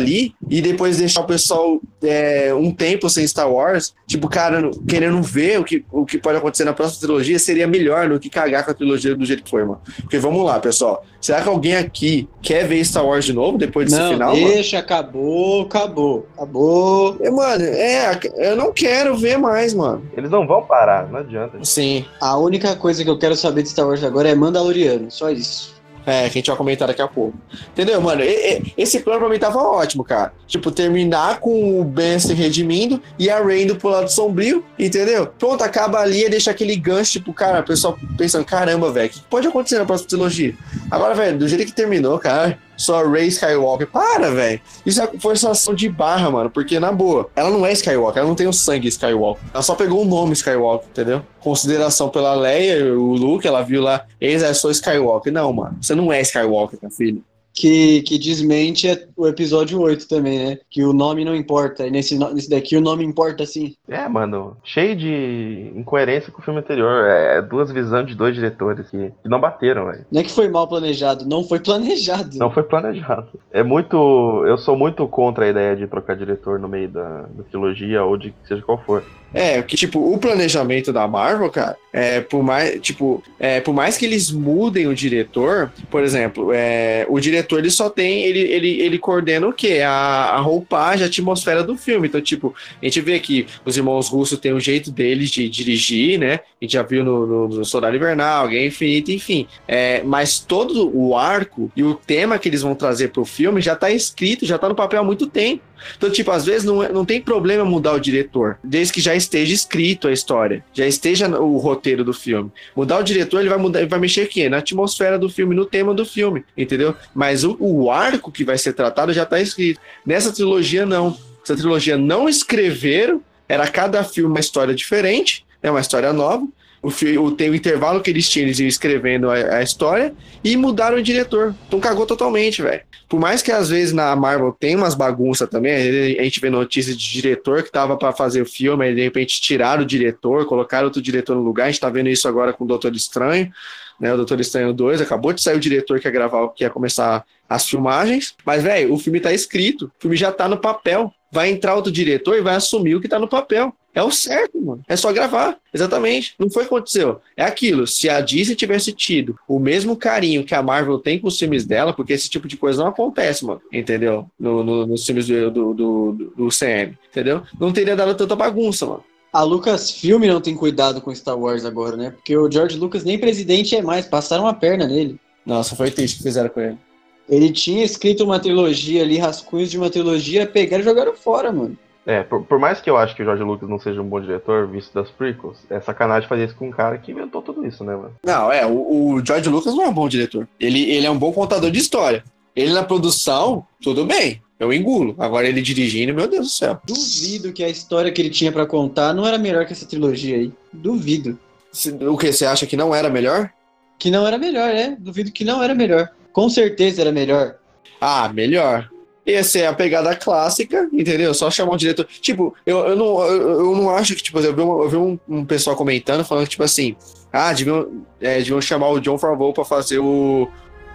e depois deixar o pessoal é, um tempo sem Star Wars, tipo, cara, querendo ver o que, o que pode acontecer na próxima trilogia, seria melhor do que cagar com a trilogia do jeito que foi, mano. Porque vamos lá, pessoal. Será que alguém aqui quer ver Star Wars de novo depois desse não, final? Deixa, mano? acabou, acabou, acabou. É, mano, é, eu não quero ver mais, mano. Eles não vão parar, não adianta. Sim. A única coisa que eu quero saber de Star Wars agora é Mandaloriano, só isso. É, que a gente vai comentar daqui a pouco. Entendeu, mano? E, e, esse plano pra mim tava ótimo, cara. Tipo, terminar com o Ben se redimindo e a Rey indo pro lado sombrio, entendeu? Pronto, acaba ali e deixa aquele gancho, tipo, cara, o pessoal pensando, caramba, velho, o que pode acontecer na próxima trilogia? Agora, velho, do jeito que terminou, cara, só Rey Skywalker, para, velho. Isso é forçação de barra, mano, porque, na boa, ela não é Skywalker, ela não tem o sangue Skywalker. Ela só pegou o nome Skywalker, entendeu? Consideração pela Leia, o Luke, ela viu lá, eles é só Skywalker. Não, mano, você não é Skywalker, meu filho. Que, que desmente o episódio oito também, né? Que o nome não importa. E nesse, nesse daqui o nome importa sim. É, mano, cheio de incoerência com o filme anterior. É duas visões de dois diretores que, que não bateram, velho. Não é que foi mal planejado, não foi planejado. Não foi planejado. É muito. Eu sou muito contra a ideia de trocar diretor no meio da, da trilogia ou de seja qual for. É, que tipo, o planejamento da Marvel, cara, é por mais, tipo, é, por mais que eles mudem o diretor, por exemplo, é, o diretor ele só tem, ele, ele, ele coordena o quê? A, a roupagem, a atmosfera do filme. Então, tipo, a gente vê que os irmãos russos têm um jeito deles de dirigir, né? A gente já viu no, no, no Soldado Invernal, Guerra Infinita, enfim. É, mas todo o arco e o tema que eles vão trazer pro filme já tá escrito, já tá no papel há muito tempo. Então, tipo, às vezes não, não tem problema mudar o diretor, desde que já esteja escrito a história, já esteja o roteiro do filme. Mudar o diretor, ele vai mudar, ele vai mexer aqui na atmosfera do filme, no tema do filme, entendeu? Mas o, o arco que vai ser tratado já tá escrito. Nessa trilogia, não. Essa trilogia não escreveram, era cada filme uma história diferente, é uma história nova. O, o, tem o intervalo que eles tinham, eles iam escrevendo a, a história e mudaram o diretor. Então cagou totalmente, velho. Por mais que às vezes na Marvel tem umas bagunças também, a gente vê notícias de diretor que tava pra fazer o filme, aí de repente tiraram o diretor, colocaram outro diretor no lugar. A gente tá vendo isso agora com o Doutor Estranho, né? O Doutor Estranho dois, acabou de sair o diretor que ia gravar, que ia começar as filmagens. Mas, velho, o filme tá escrito, o filme já tá no papel. Vai entrar outro diretor e vai assumir o que tá no papel. É o certo, mano. É só gravar. Exatamente. Não foi o que aconteceu. É aquilo. Se a Disney tivesse tido o mesmo carinho que a Marvel tem com os filmes dela, porque esse tipo de coisa não acontece, mano. Entendeu? No, no, nos filmes do, do, do, do C M. Entendeu? Não teria dado tanta bagunça, mano. A Lucasfilm não tem cuidado com Star Wars agora, né? Porque o George Lucas nem presidente é mais. Passaram a perna nele. Nossa, foi triste o que fizeram com ele. Ele tinha escrito uma trilogia ali, rascunhos de uma trilogia, pegaram e jogaram fora, mano. É, por, por mais que eu acho que o George Lucas não seja um bom diretor, visto das prequels, é sacanagem fazer isso com um cara que inventou tudo isso, né, mano? Não, é, o, o George Lucas não é um bom diretor. Ele, ele é um bom contador de história. Ele na produção, tudo bem, eu engulo. Agora ele dirigindo, meu Deus do céu. Duvido que a história que ele tinha pra contar não era melhor que essa trilogia aí. Duvido. O que, você acha que não era melhor? Que não era melhor, é. Duvido que não era melhor. Com certeza era melhor. Ah, melhor. Essa é a pegada clássica, entendeu? Só chamar um diretor. Tipo, eu, eu, não, eu, eu não acho que, tipo, eu vi, uma, eu vi um, um pessoal comentando, falando que, tipo assim, ah, deviam, é, deviam chamar o Jon Favreau pra fazer o,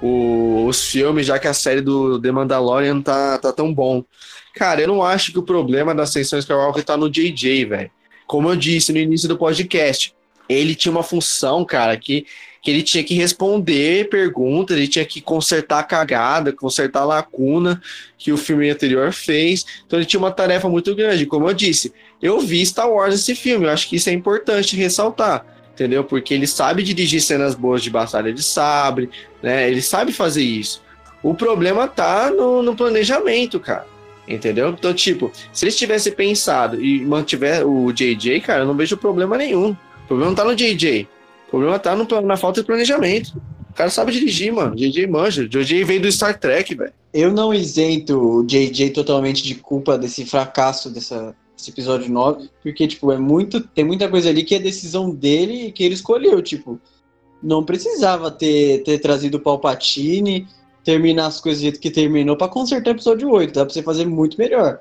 o, os filmes, já que a série do The Mandalorian tá, tá tão bom. Cara, eu não acho que o problema da Ascensão Skywalker tá no J J, velho. Como eu disse no início do podcast, ele tinha uma função, cara, que... que ele tinha que responder perguntas, ele tinha que consertar a cagada, consertar a lacuna que o filme anterior fez. Então ele tinha uma tarefa muito grande. Como eu disse, eu vi Star Wars esse filme, eu acho que isso é importante ressaltar, entendeu? Porque ele sabe dirigir cenas boas de batalha de sabre, né? Ele sabe fazer isso. O problema tá no, no planejamento, cara. Entendeu? Então, tipo, se eles tivessem pensado e mantiver o J J, cara, eu não vejo problema nenhum. O problema não tá no J J. O problema tá no, na falta de planejamento. O cara sabe dirigir, mano. J J manja. J J veio do Star Trek, velho. Eu não isento o J J totalmente de culpa desse fracasso dessa, desse episódio nove, porque, tipo, é muito, tem muita coisa ali que é decisão dele e que ele escolheu, tipo, não precisava ter, ter trazido o Palpatine, terminar as coisas do jeito que terminou pra consertar o episódio oito, dá pra você fazer muito melhor.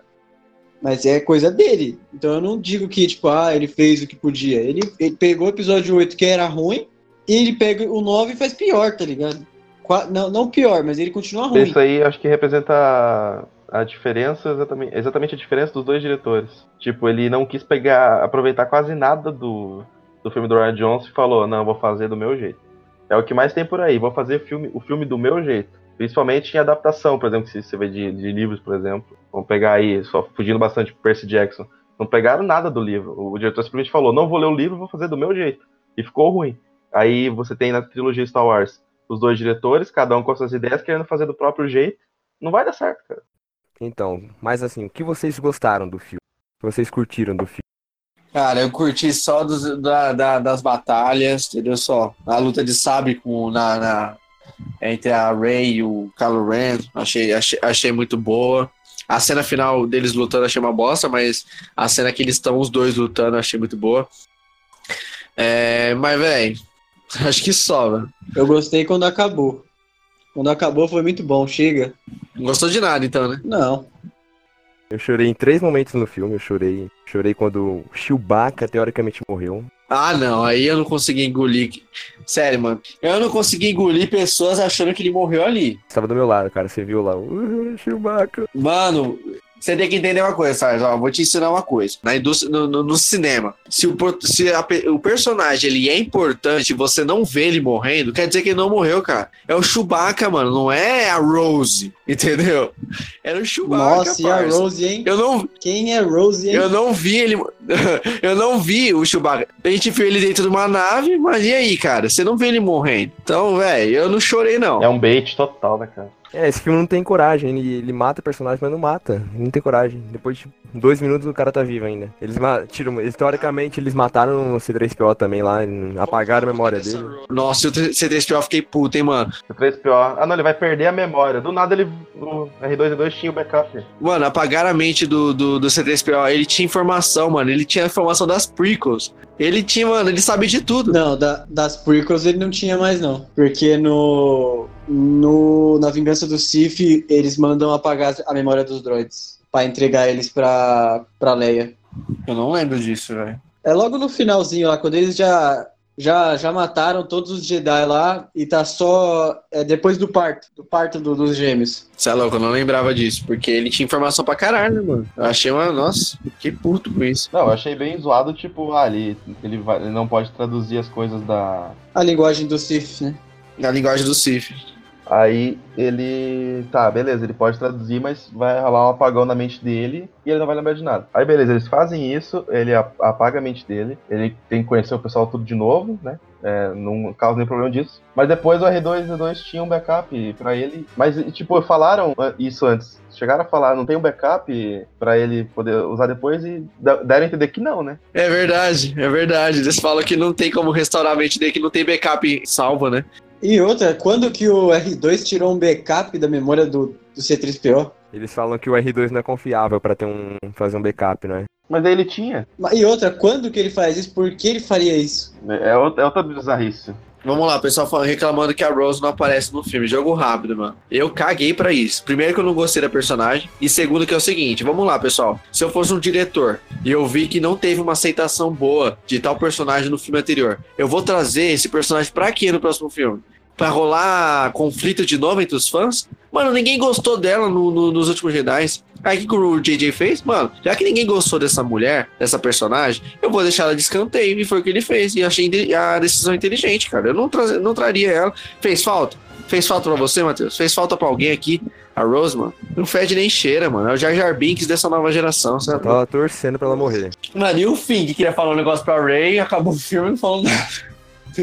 Mas é coisa dele. Então eu não digo que, tipo, ah, ele fez o que podia. Ele, ele pegou o episódio oito que era ruim, e ele pega o nove e faz pior, tá ligado? Qua, não, não pior, mas ele continua ruim. Isso aí acho que representa a diferença, exatamente, exatamente a diferença dos dois diretores. Tipo, ele não quis pegar, aproveitar quase nada do, do filme do Ryan Johnson e falou, não, vou fazer do meu jeito. É o que mais tem por aí, vou fazer filme, o filme do meu jeito. Principalmente em adaptação, por exemplo, se você vê de, de livros, por exemplo. Vamos pegar aí, só fugindo bastante pro Percy Jackson. Não pegaram nada do livro. O diretor simplesmente falou, não vou ler o livro, vou fazer do meu jeito. E ficou ruim. Aí você tem na trilogia Star Wars os dois diretores, cada um com suas ideias, querendo fazer do próprio jeito. Não vai dar certo, cara. Então, mas assim, o que vocês gostaram do filme? O que vocês curtiram do filme? Cara, eu curti só dos, da, da- das batalhas, entendeu? Só a luta de sabre com, na, na- entre a Rey e o Kylo Ren, achei, achei, achei muito boa. A cena final deles lutando achei uma bosta, mas a cena que eles estão os dois lutando achei muito boa. É, mas, velho, acho que só, velho. Eu gostei quando acabou. Quando acabou foi muito bom, chega. Não gostou de nada, então, né? Não. Eu chorei em três momentos no filme. Eu chorei. Chorei quando o Chewbacca teoricamente morreu. Ah, não, aí eu não consegui engolir. Sério, mano, eu não consegui engolir pessoas achando que ele morreu ali. Você tava do meu lado, cara. Você viu lá o Chewbacca. Mano, você tem que entender uma coisa, Sarles. Ó, vou te ensinar uma coisa. Na indústria, no, no- no cinema, se, o, por- se a pe- o personagem ele é importante e você não vê ele morrendo, quer dizer que ele não morreu, cara. É o Chewbacca, mano, não é a Rose, entendeu? Era o Chewbacca, Nossa, e a parça. Rose, hein? Eu não, Quem é Rose, hein? eu não vi ele. Eu não vi o Chewbacca. A gente viu ele dentro de uma nave, mas e aí, cara? Você não vê ele morrendo. Então, velho, eu não chorei, não. É um bait total, né, cara? É, esse filme não tem coragem. Ele, ele mata o personagem, mas não mata. Ele não tem coragem. Depois de dois minutos o cara tá vivo ainda. Eles ma- tiram. Eles, teoricamente, eles mataram o C três P O também lá. Apagaram a memória dele. Nossa, o C três P O eu fiquei puto, hein, mano. O três P O, ah não, ele vai perder a memória. Do nada ele, o R dois D dois tinha o backup. Mano, apagaram a mente do, do, do C três P O. Ele tinha informação, mano. Ele tinha informação das prequels. Ele tinha, mano, ele sabia de tudo. Não, da- das prequels ele não tinha mais, não. Porque no, no na Vingança do Sith, eles mandam apagar a memória dos droids pra entregar eles pra, pra Leia. Eu não lembro disso, velho. É logo no finalzinho lá, quando eles já, já, já mataram todos os Jedi lá e tá só é, depois do parto, do parto do- dos gêmeos. Você é louco, eu não lembrava disso. Porque ele tinha informação pra caralho, né, mano? Eu achei uma. Nossa, fiquei puto com isso. Não, eu achei bem zoado, tipo, ah, ele, ele, vai- ele não pode traduzir as coisas da... A linguagem do Sith, né? Na linguagem do Sith. Aí ele... Tá, beleza, ele pode traduzir, mas vai rolar um apagão na mente dele e ele não vai lembrar de nada. Aí beleza, eles fazem isso, ele ap- apaga a mente dele, ele tem que conhecer o pessoal tudo de novo, né? É, não causa nenhum problema disso. Mas depois o R dois D dois tinha um backup pra ele. Mas, e, tipo, falaram ah, isso antes. Chegaram a falar, não tem um backup pra ele poder usar depois e da- deram a entender que não, né? É verdade, é verdade. Eles falam que não tem como restaurar a mente dele, que não tem backup salva, né? E outra, quando que o R dois tirou um backup da memória do, do C três P O? Eles falam que o R dois não é confiável pra ter um, fazer um backup, né? Mas aí ele tinha. E outra, quando que ele faz isso? Por que ele faria isso? É outra, é outra bizarrice. Vamos lá, o pessoal falando, reclamando que a Rose não aparece no filme. Jogo rápido, mano. Eu caguei pra isso. Primeiro que eu não gostei da personagem. E segundo que é o seguinte, vamos lá, pessoal. Se eu fosse um diretor e eu vi que não teve uma aceitação boa de tal personagem no filme anterior, eu vou trazer esse personagem pra quê no próximo filme? Pra rolar conflito de novo entre os fãs? Mano, ninguém gostou dela no- no- nos últimos Jedi. Aí o que que o J J fez? Mano, já que ninguém gostou dessa mulher, dessa personagem, eu vou deixar ela de escanteio. E foi o que ele fez. E achei inte- a decisão inteligente, cara. Eu não, tra- não traria ela. Fez falta? Fez falta pra você, Matheus? Fez falta pra alguém aqui? A Rose, mano? Não fede nem cheira, mano. É o Jar Jar Binks dessa nova geração, sabe? Tava torcendo pra ela morrer. Mano, e o Finn que queria falar um negócio pra Rey, acabou o filme não falando nada.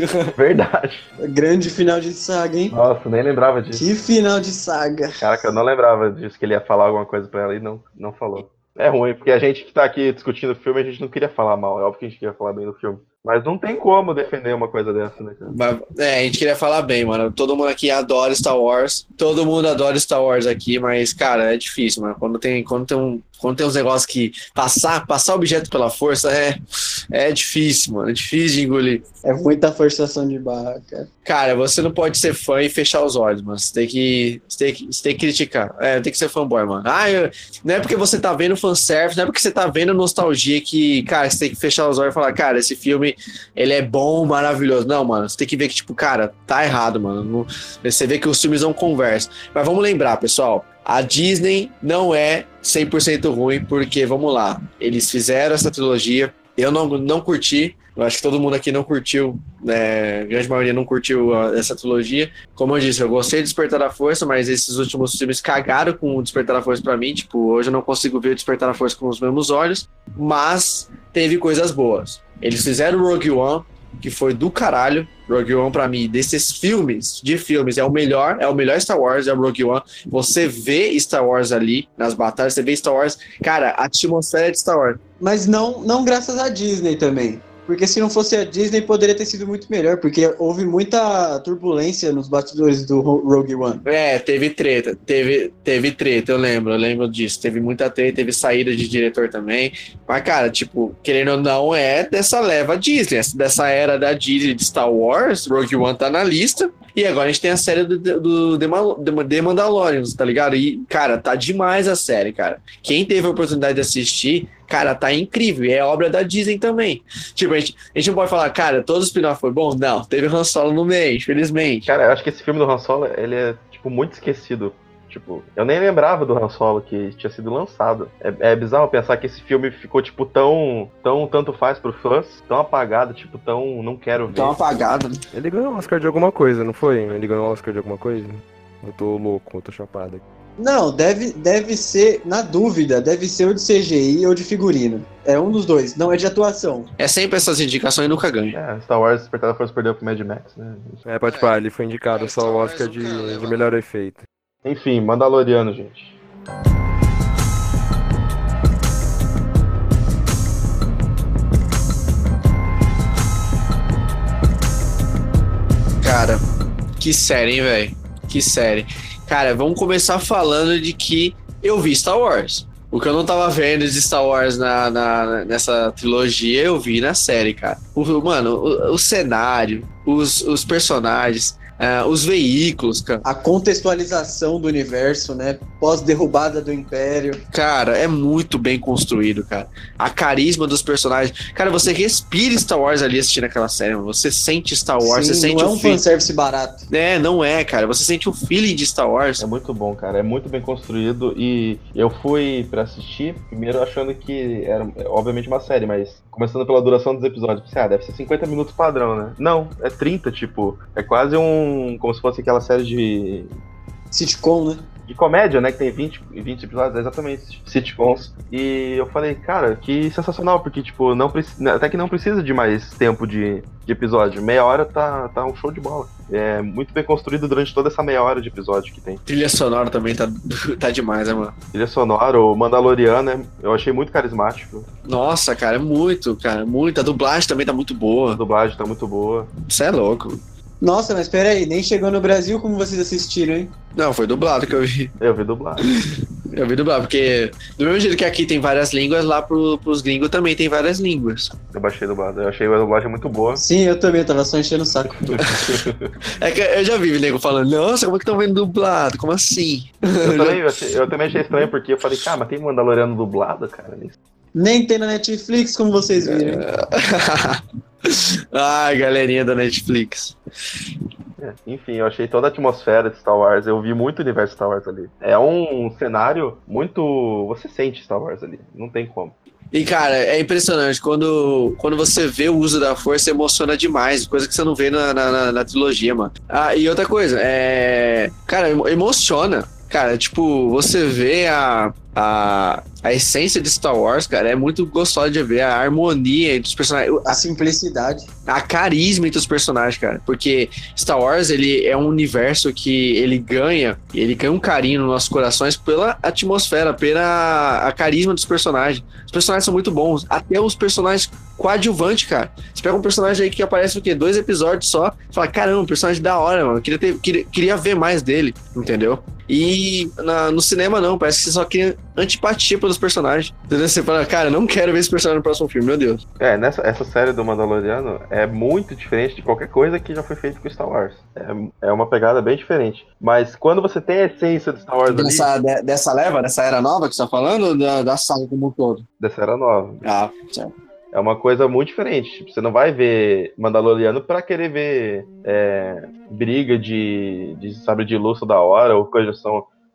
Verdade. Grande final de saga, hein? Nossa, nem lembrava disso. Que final de saga. Caraca, eu não lembrava disso, que ele ia falar alguma coisa pra ela e não, não falou. É ruim, porque a gente que tá aqui discutindo o filme, a gente não queria falar mal. É óbvio que a gente queria falar bem do filme. Mas não tem como defender uma coisa dessa, né, cara? Mas, é, a gente queria falar bem, mano. Todo mundo aqui adora Star Wars. Todo mundo adora Star Wars aqui, mas, cara, é difícil, mano. Quando tem, quando tem, um, quando tem uns negócios que passar, passar objeto pela força é, é difícil, mano. É difícil de engolir. É muita forçação de barra, cara. Cara, você não pode ser fã e fechar os olhos, mano. Você tem que, você tem que, você tem que criticar. É, tem que ser fanboy, mano. Ah, eu, não é porque você tá vendo fanservice, não é porque você tá vendo nostalgia que, cara, você tem que fechar os olhos e falar, cara, esse filme, ele é bom, maravilhoso. Não, mano, você tem que ver que, tipo, cara, tá errado, mano. Não- você vê que os filmes não conversam. Mas vamos lembrar, pessoal. a Disney não é cem por cento ruim, porque, vamos lá, eles fizeram essa trilogia, eu não, não curti, eu acho que todo mundo aqui não curtiu, né, a grande maioria não curtiu a, essa trilogia. Como eu disse, eu gostei de Despertar da Força, mas esses últimos filmes cagaram com o Despertar da Força pra mim, tipo, hoje eu não consigo ver o Despertar da Força com os mesmos olhos, mas teve coisas boas. Eles fizeram o Rogue One, que foi do caralho. Rogue One, pra mim, desses filmes, de filmes, é o melhor, é o melhor Star Wars, é o Rogue One. Você vê Star Wars ali, nas batalhas, você vê Star Wars, cara, a atmosfera é de Star Wars. Mas não, não graças à Disney também. Porque se não fosse a Disney, poderia ter sido muito melhor, porque houve muita turbulência nos bastidores do Rogue One. É, teve treta, teve, teve treta, eu lembro, eu lembro disso. Teve muita treta, teve saída de diretor também. Mas, cara, tipo, querendo ou não, é dessa leva Disney, dessa era da Disney de Star Wars, Rogue One tá na lista. E agora a gente tem a série do, do, do The Mandalorian, tá ligado? E, cara, tá demais a série, cara. Quem teve a oportunidade de assistir, cara, tá incrível. E é obra da Disney também. Tipo, a gente, a gente não pode falar, cara, todos os spin-off foi bom? Não, teve Han Solo no meio, infelizmente. Cara, eu acho que esse filme do Han Solo, ele é, tipo, muito esquecido. Tipo, eu nem lembrava do Han Solo que tinha sido lançado. É, é bizarro pensar que esse filme ficou, tipo, tão, tão tanto faz pro fãs, tão apagado, tipo, tão não quero ver. Tão apagado, né? Ele ganhou um Oscar de alguma coisa, não foi? Ele ganhou um Oscar de alguma coisa? Eu tô louco, eu tô chapado aqui. Não, deve, deve ser, na dúvida, deve ser ou de C G I ou de figurino. É um dos dois, não é de atuação. É sempre essas indicações e nunca ganha. É, Star Wars Despertar da Força perdeu pro Mad Max, né? É, pode parar, ele foi indicado só o Oscar de, de melhor efeito. Enfim, Mandaloriano, gente. Cara, que série, hein, velho? Que série. Cara, vamos começar falando de que eu vi Star Wars. O que eu não tava vendo de Star Wars na, na, nessa trilogia, eu vi na série, cara. O, mano, o, o cenário, os, os personagens, uh, os veículos, cara. A contextualização do universo, né? Pós-derrubada do Império. Cara, é muito bem construído, cara. A carisma dos personagens. Cara, você respira Star Wars ali assistindo aquela série, mano. Você sente Star Wars, Sim, você sente não é o um feeling. fanservice barato. É, não é, cara. Você sente o feeling de Star Wars. É muito bom, cara. É muito bem construído. E eu fui pra assistir, primeiro achando que era, obviamente, uma série, mas começando pela duração dos episódios. Pensei, ah, deve ser cinquenta minutos padrão, né? Não, é trinta, tipo. É quase um. Como se fosse aquela série de. Sitcom, né? De comédia, né, que tem vinte, vinte episódios, é exatamente, sitcoms. E eu falei, cara, que sensacional, porque, tipo, não precisa, até que não precisa de mais tempo de, de episódio. Meia hora tá, tá um show de bola. É muito bem construído durante toda essa meia hora de episódio que tem. Trilha sonora também tá, tá demais, né, mano? Trilha sonora, o Mandaloriano, né, eu achei muito carismático. Nossa, cara, é muito, cara, muito. A dublagem também tá muito boa. A dublagem tá muito boa. Você é louco. Nossa, mas peraí, nem chegou no Brasil como vocês assistiram, hein? Não, foi dublado que eu vi. Eu vi dublado. Eu vi dublado, porque do mesmo jeito que aqui tem várias línguas, lá pro, pros gringos também tem várias línguas. Eu baixei dublado. Eu achei a dublagem muito boa. Sim, eu também, tava só enchendo o saco. É que eu já vi nego falando, nossa, como é que estão vendo dublado? Como assim? Eu também, eu, achei, eu também achei estranho, porque eu falei, cara, mas tem Mandaloriano dublado, cara? Nem tem na Netflix, como vocês viram. Ai, galerinha da Netflix. É, enfim, eu achei toda a atmosfera de Star Wars, eu vi muito o universo Star Wars ali. É um cenário muito... Você sente Star Wars ali, não tem como. E, cara, é impressionante, quando, quando você vê o uso da força, emociona demais, coisa que você não vê na, na, na trilogia, mano. Ah, e outra coisa, é... Cara, emociona. Cara, tipo, você vê a, a, a essência de Star Wars, cara, é muito gostoso de ver a harmonia entre os personagens. A simplicidade. A carisma entre os personagens, cara. Porque Star Wars, ele é um universo que ele ganha, ele ganha um carinho nos nossos corações pela atmosfera, pela a carisma dos personagens. Os personagens são muito bons. Até os personagens coadjuvantes, cara. Você pega um personagem aí que aparece o quê? Dois episódios só. Fala, caramba, um personagem da hora, mano. Queria, ter, queria, queria ver mais dele, entendeu? E na, no cinema não, parece que você só cria antipatia pelos personagens. Entendeu? Você fala, cara, não quero ver esse personagem no próximo filme, meu Deus. É, nessa essa série do Mandaloriano é muito diferente de qualquer coisa que já foi feito com Star Wars. É, é uma pegada bem diferente. Mas quando você tem a essência de Star Wars dessa, ali... De, dessa leva, dessa era nova que você tá falando, ou da, da saga como um todo? Dessa era nova. Ah, certo. É uma coisa muito diferente. Tipo, você não vai ver Mandaloriano pra querer ver é, briga de, de sabre de luz da hora ou coisa são.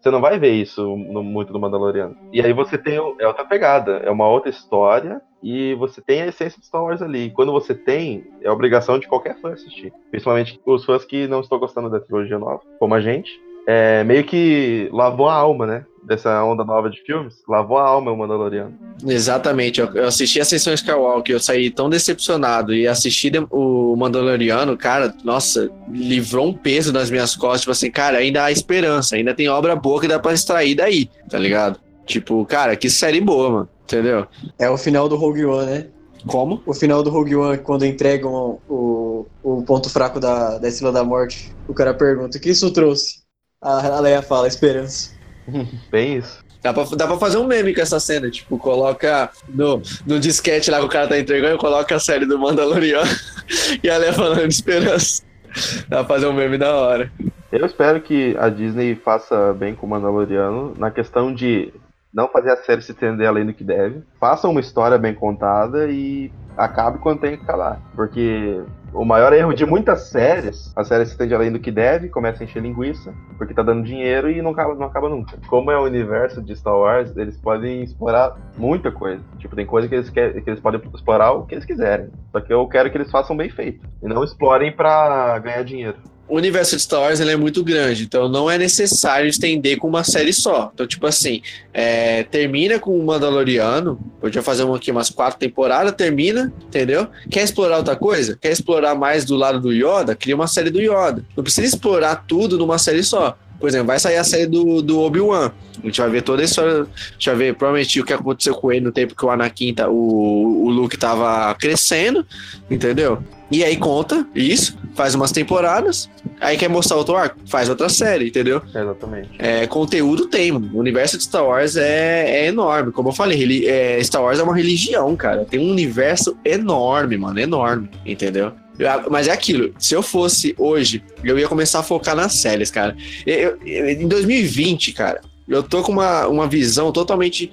Você não vai ver isso no, muito no Mandaloriano. E aí você tem é outra pegada, é uma outra história e você tem a essência de Star Wars ali. Quando você tem, é obrigação de qualquer fã assistir. Principalmente os fãs que não estão gostando da trilogia nova, como a gente. É, meio que lavou a alma, né? Dessa onda nova de filmes, lavou a alma o Mandaloriano. Exatamente, eu, eu assisti a Ascensão Skywalker, eu saí tão decepcionado e assisti o Mandaloriano, cara, nossa, livrou um peso nas minhas costas, tipo assim, cara, ainda há esperança, ainda tem obra boa que dá pra extrair daí, tá ligado? Tipo, cara, que série boa, mano, entendeu? É o final do Rogue One, né? Como? O final do Rogue One, quando entregam o, o ponto fraco da, da Estrela da Morte, o cara pergunta, o que isso trouxe? A Leia fala, esperança. Bem isso. Dá pra, dá pra fazer um meme com essa cena, tipo, coloca no, no disquete lá que o cara tá entregando, coloca a série do Mandaloriano e a Leia falando de esperança. Dá pra fazer um meme da hora. Eu espero que a Disney faça bem com o Mandaloriano na questão de não fazer a série se estender além do que deve. Faça uma história bem contada e acabe quando tem que acabar. Porque o maior erro de muitas séries, a série se estende além do que deve, começa a encher linguiça, porque tá dando dinheiro e não acaba, não acaba nunca. Como é o universo de Star Wars, eles podem explorar muita coisa. Tipo, tem coisa que eles, querem, que eles podem explorar o que eles quiserem. Só que eu quero que eles façam bem feito. E não explorem pra ganhar dinheiro. O universo de Star Wars ele é muito grande, então não é necessário estender com uma série só. Então, tipo assim, é, termina com o Mandaloriano, podia fazer uma aqui, umas quatro temporadas, termina, entendeu? Quer explorar outra coisa? Quer explorar mais do lado do Yoda? Cria uma série do Yoda. Não precisa explorar tudo numa série só. Por exemplo, vai sair a série do, do Obi-Wan. A gente vai ver toda a história. A gente vai ver provavelmente o que aconteceu com ele no tempo que o Anakin, tá, o, o Luke tava crescendo, entendeu? E aí conta isso, faz umas temporadas, aí quer mostrar outro arco, faz outra série, entendeu? Exatamente. É, conteúdo tem, mano. O universo de Star Wars é, é enorme. Como eu falei, ele, é, Star Wars é uma religião, cara. Tem um universo enorme, mano, enorme, entendeu? Eu, mas é aquilo, se eu fosse hoje, eu ia começar a focar nas séries, cara. Eu, eu, em dois mil e vinte, cara, eu tô com uma, uma visão totalmente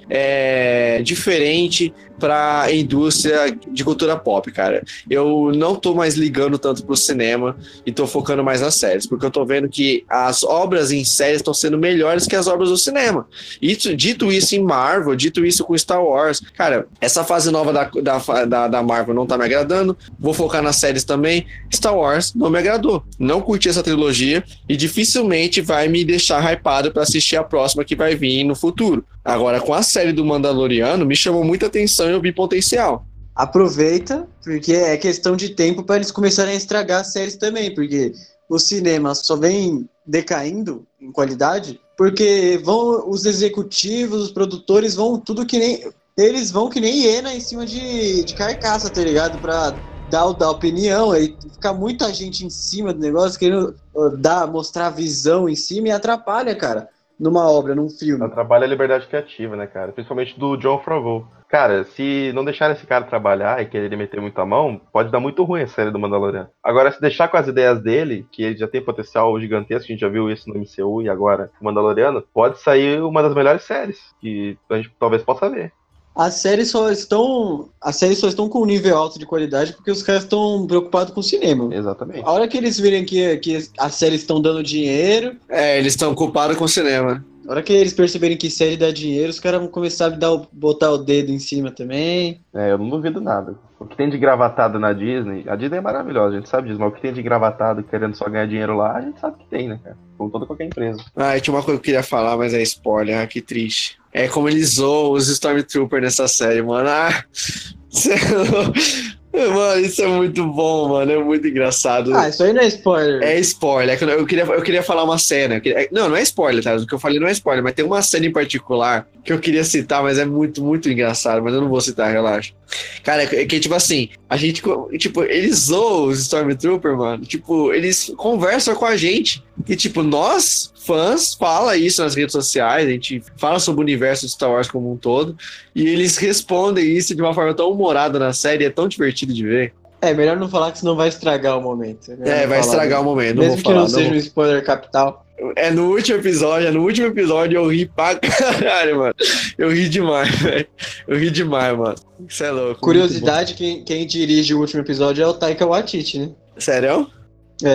é, diferente pra indústria de cultura pop, cara. Eu não tô mais ligando tanto pro cinema e tô focando mais nas séries, porque eu tô vendo que as obras em séries estão sendo melhores que as obras do cinema. E dito isso em Marvel, dito isso com Star Wars, cara, essa fase nova da, da, da, da Marvel não tá me agradando, vou focar nas séries também. Star Wars não me agradou, não curti essa trilogia e dificilmente vai me deixar hypado pra assistir a próxima que vai vir no futuro. Agora, com a série do Mandaloriano, me chamou muita atenção e eu vi potencial. Aproveita, porque é questão de tempo para eles começarem a estragar as séries também, porque o cinema só vem decaindo em qualidade, porque vão os executivos, os produtores vão tudo que nem... Eles vão que nem hiena em cima de, de carcaça, tá ligado? Pra dar, dar opinião, aí fica muita gente em cima do negócio, querendo uh, dar, mostrar a visão em cima e atrapalha, cara. Numa obra, num filme. Trabalha a liberdade criativa, né, cara? Principalmente do Jon Favreau. Cara, se não deixar esse cara trabalhar e querer meter muita mão, pode dar muito ruim a série do Mandaloriano. Agora, se deixar com as ideias dele, que ele já tem potencial gigantesco, a gente já viu isso no M C U e agora o Mandaloriano, pode sair uma das melhores séries que a gente talvez possa ver. As séries só estão. As séries só estão com um nível alto de qualidade porque os caras estão preocupados com o cinema. Exatamente. A hora que eles virem que, que as séries estão dando dinheiro. É, eles estão ocupados com o cinema. A hora que eles perceberem que série dá dinheiro, os caras vão começar a dar, botar o dedo em cima também. É, eu não duvido nada. O que tem de gravatado na Disney, a Disney é maravilhosa, a gente sabe disso, mas o que tem de gravatado querendo só ganhar dinheiro lá, a gente sabe que tem, né, cara? Como toda qualquer empresa. Ah, tinha uma coisa que eu queria falar, mas é spoiler, ah, que triste. É como eles zoam os Stormtroopers nessa série, mano. Ah, mano, isso é muito bom, mano. É muito engraçado. Ah, isso aí não é spoiler. É spoiler. Eu queria, eu queria falar uma cena. Queria, não, não é spoiler, tá? O que eu falei não é spoiler, mas tem uma cena em particular que eu queria citar, mas é muito, muito engraçado. Mas eu não vou citar, relaxa. Cara, é que, tipo assim, a gente, tipo, eles zoam os Stormtroopers, mano. Tipo, eles conversam com a gente. E, tipo, nós, fãs, fala isso nas redes sociais, a gente fala sobre o universo de Star Wars como um todo. E eles respondem isso de uma forma tão humorada na série, é tão divertido de ver. É, melhor não falar que senão vai estragar o momento. É, vai estragar o momento. Mesmo que não falar, seja não um spoiler capital. É no último episódio, é no último episódio eu ri pra caralho, mano. Eu ri demais, velho. Eu ri demais, mano. Isso é louco. Curiosidade, quem, quem dirige o último episódio é o Taika Waititi, né? Sério? É.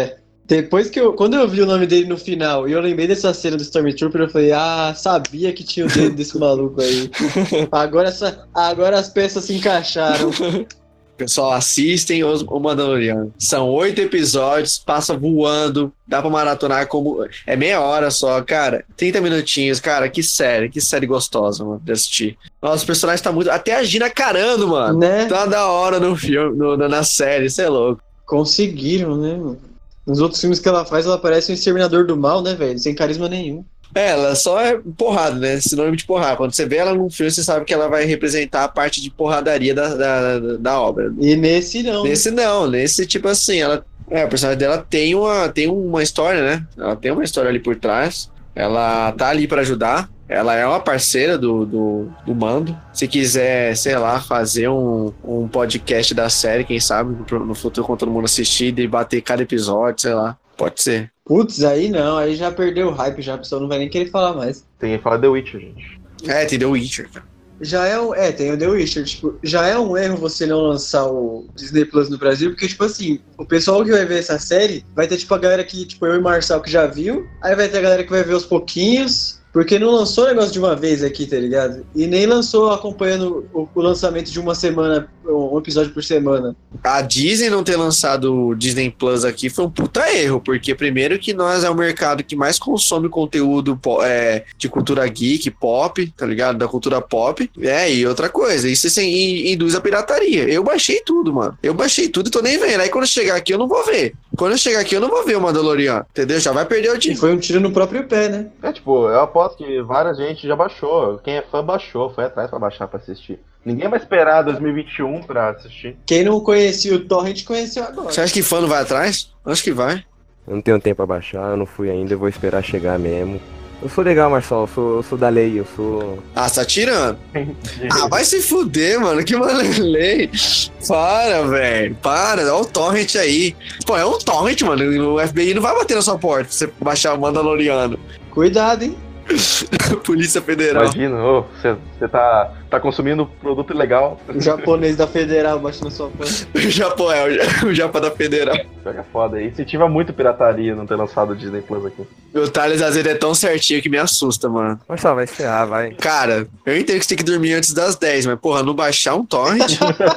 Depois que eu. Quando eu vi o nome dele no final e eu lembrei dessa cena do Stormtrooper, eu falei, ah, sabia que tinha o dedo desse maluco aí. Agora, essa, agora as peças se encaixaram. Pessoal, assistem os- o Mandaloriano. São oito episódios, passa voando, dá pra maratonar como. É meia hora só, cara. trinta minutinhos, cara. Que série, que série gostosa, mano, de assistir. Nossa, os personagens tá muito. Até a Gina Carano, mano. Né? Tá da hora no filme, no- na série, isso é louco. Conseguiram, né, mano? Nos outros filmes que ela faz, ela parece um exterminador do mal, né, velho? Sem carisma nenhum. É, ela só é porrada, né? Sinônimo de porrada. Quando você vê ela num filme, você sabe que ela vai representar a parte de porradaria da, da, da obra. E nesse não. Nesse não, nesse tipo assim, ela. É, o personagem dela tem uma, tem uma história, né? Ela tem uma história ali por trás. Ela tá ali pra ajudar. Ela é uma parceira do, do, do Mando. Se quiser, sei lá, fazer um, um podcast da série, quem sabe, no, no futuro, quando todo mundo assistir, e debater cada episódio, sei lá. Pode ser. Putz, aí não, aí já perdeu o hype, já a pessoa não vai nem querer falar mais. Tem que falar The Witcher, gente. É, tem The Witcher, cara. Já é um. É, tem o The Witcher, tipo, já é um erro você não lançar o Disney Plus no Brasil, porque, tipo assim, o pessoal que vai ver essa série vai ter, tipo, a galera que, tipo, eu e o Marçal que já viu, aí vai ter a galera que vai ver aos pouquinhos, porque não lançou o negócio de uma vez aqui, tá ligado? E nem lançou acompanhando o, o lançamento de uma semana, um episódio por semana. A Disney não ter lançado o Disney Plus aqui foi um puta erro, porque primeiro que nós é o mercado que mais consome conteúdo po- é, de cultura geek, pop, tá ligado? Da cultura pop. É, e outra coisa, isso assim, in- induz a pirataria. Eu baixei tudo, mano. Eu baixei tudo e tô nem vendo. Aí quando chegar aqui eu não vou ver. Quando eu chegar aqui eu não vou ver o Mandaloriano, entendeu? Já vai perder o E dia. foi um tiro no próprio pé, né? É tipo, eu aposto que várias gente já baixou. Quem é fã baixou, foi atrás pra baixar pra assistir. Ninguém vai esperar dois mil e vinte e um pra assistir. Quem não conhecia o Torrent conheceu agora. Você acha que fã não vai atrás? Acho que vai. Eu não tenho tempo pra baixar, eu não fui ainda, eu vou esperar chegar mesmo. Eu sou legal, Marcelo, eu sou, eu sou da lei, eu sou... Ah, você tá tirando? Ah, vai se fuder, mano. Que lei. Para, velho. Para. Olha o torrent aí. Pô, é um torrent, mano. O F B I não vai bater na sua porta pra você baixar o Mandaloriano. Cuidado, hein? Polícia Federal. Imagina, ô, você você tá, tá consumindo produto ilegal, O japonês da Federal baixo na sua porta. O Japão é o Ja- o Japa da Federal. pega foda aí. Incentiva muito pirataria não ter lançado o Disney Plus aqui. O Thales às vezes é tão certinho que me assusta, mano. Marcelo, vai se ferrar, vai. Cara, eu entendo que você tem que dormir antes das dez, mas porra, não baixar um torrent.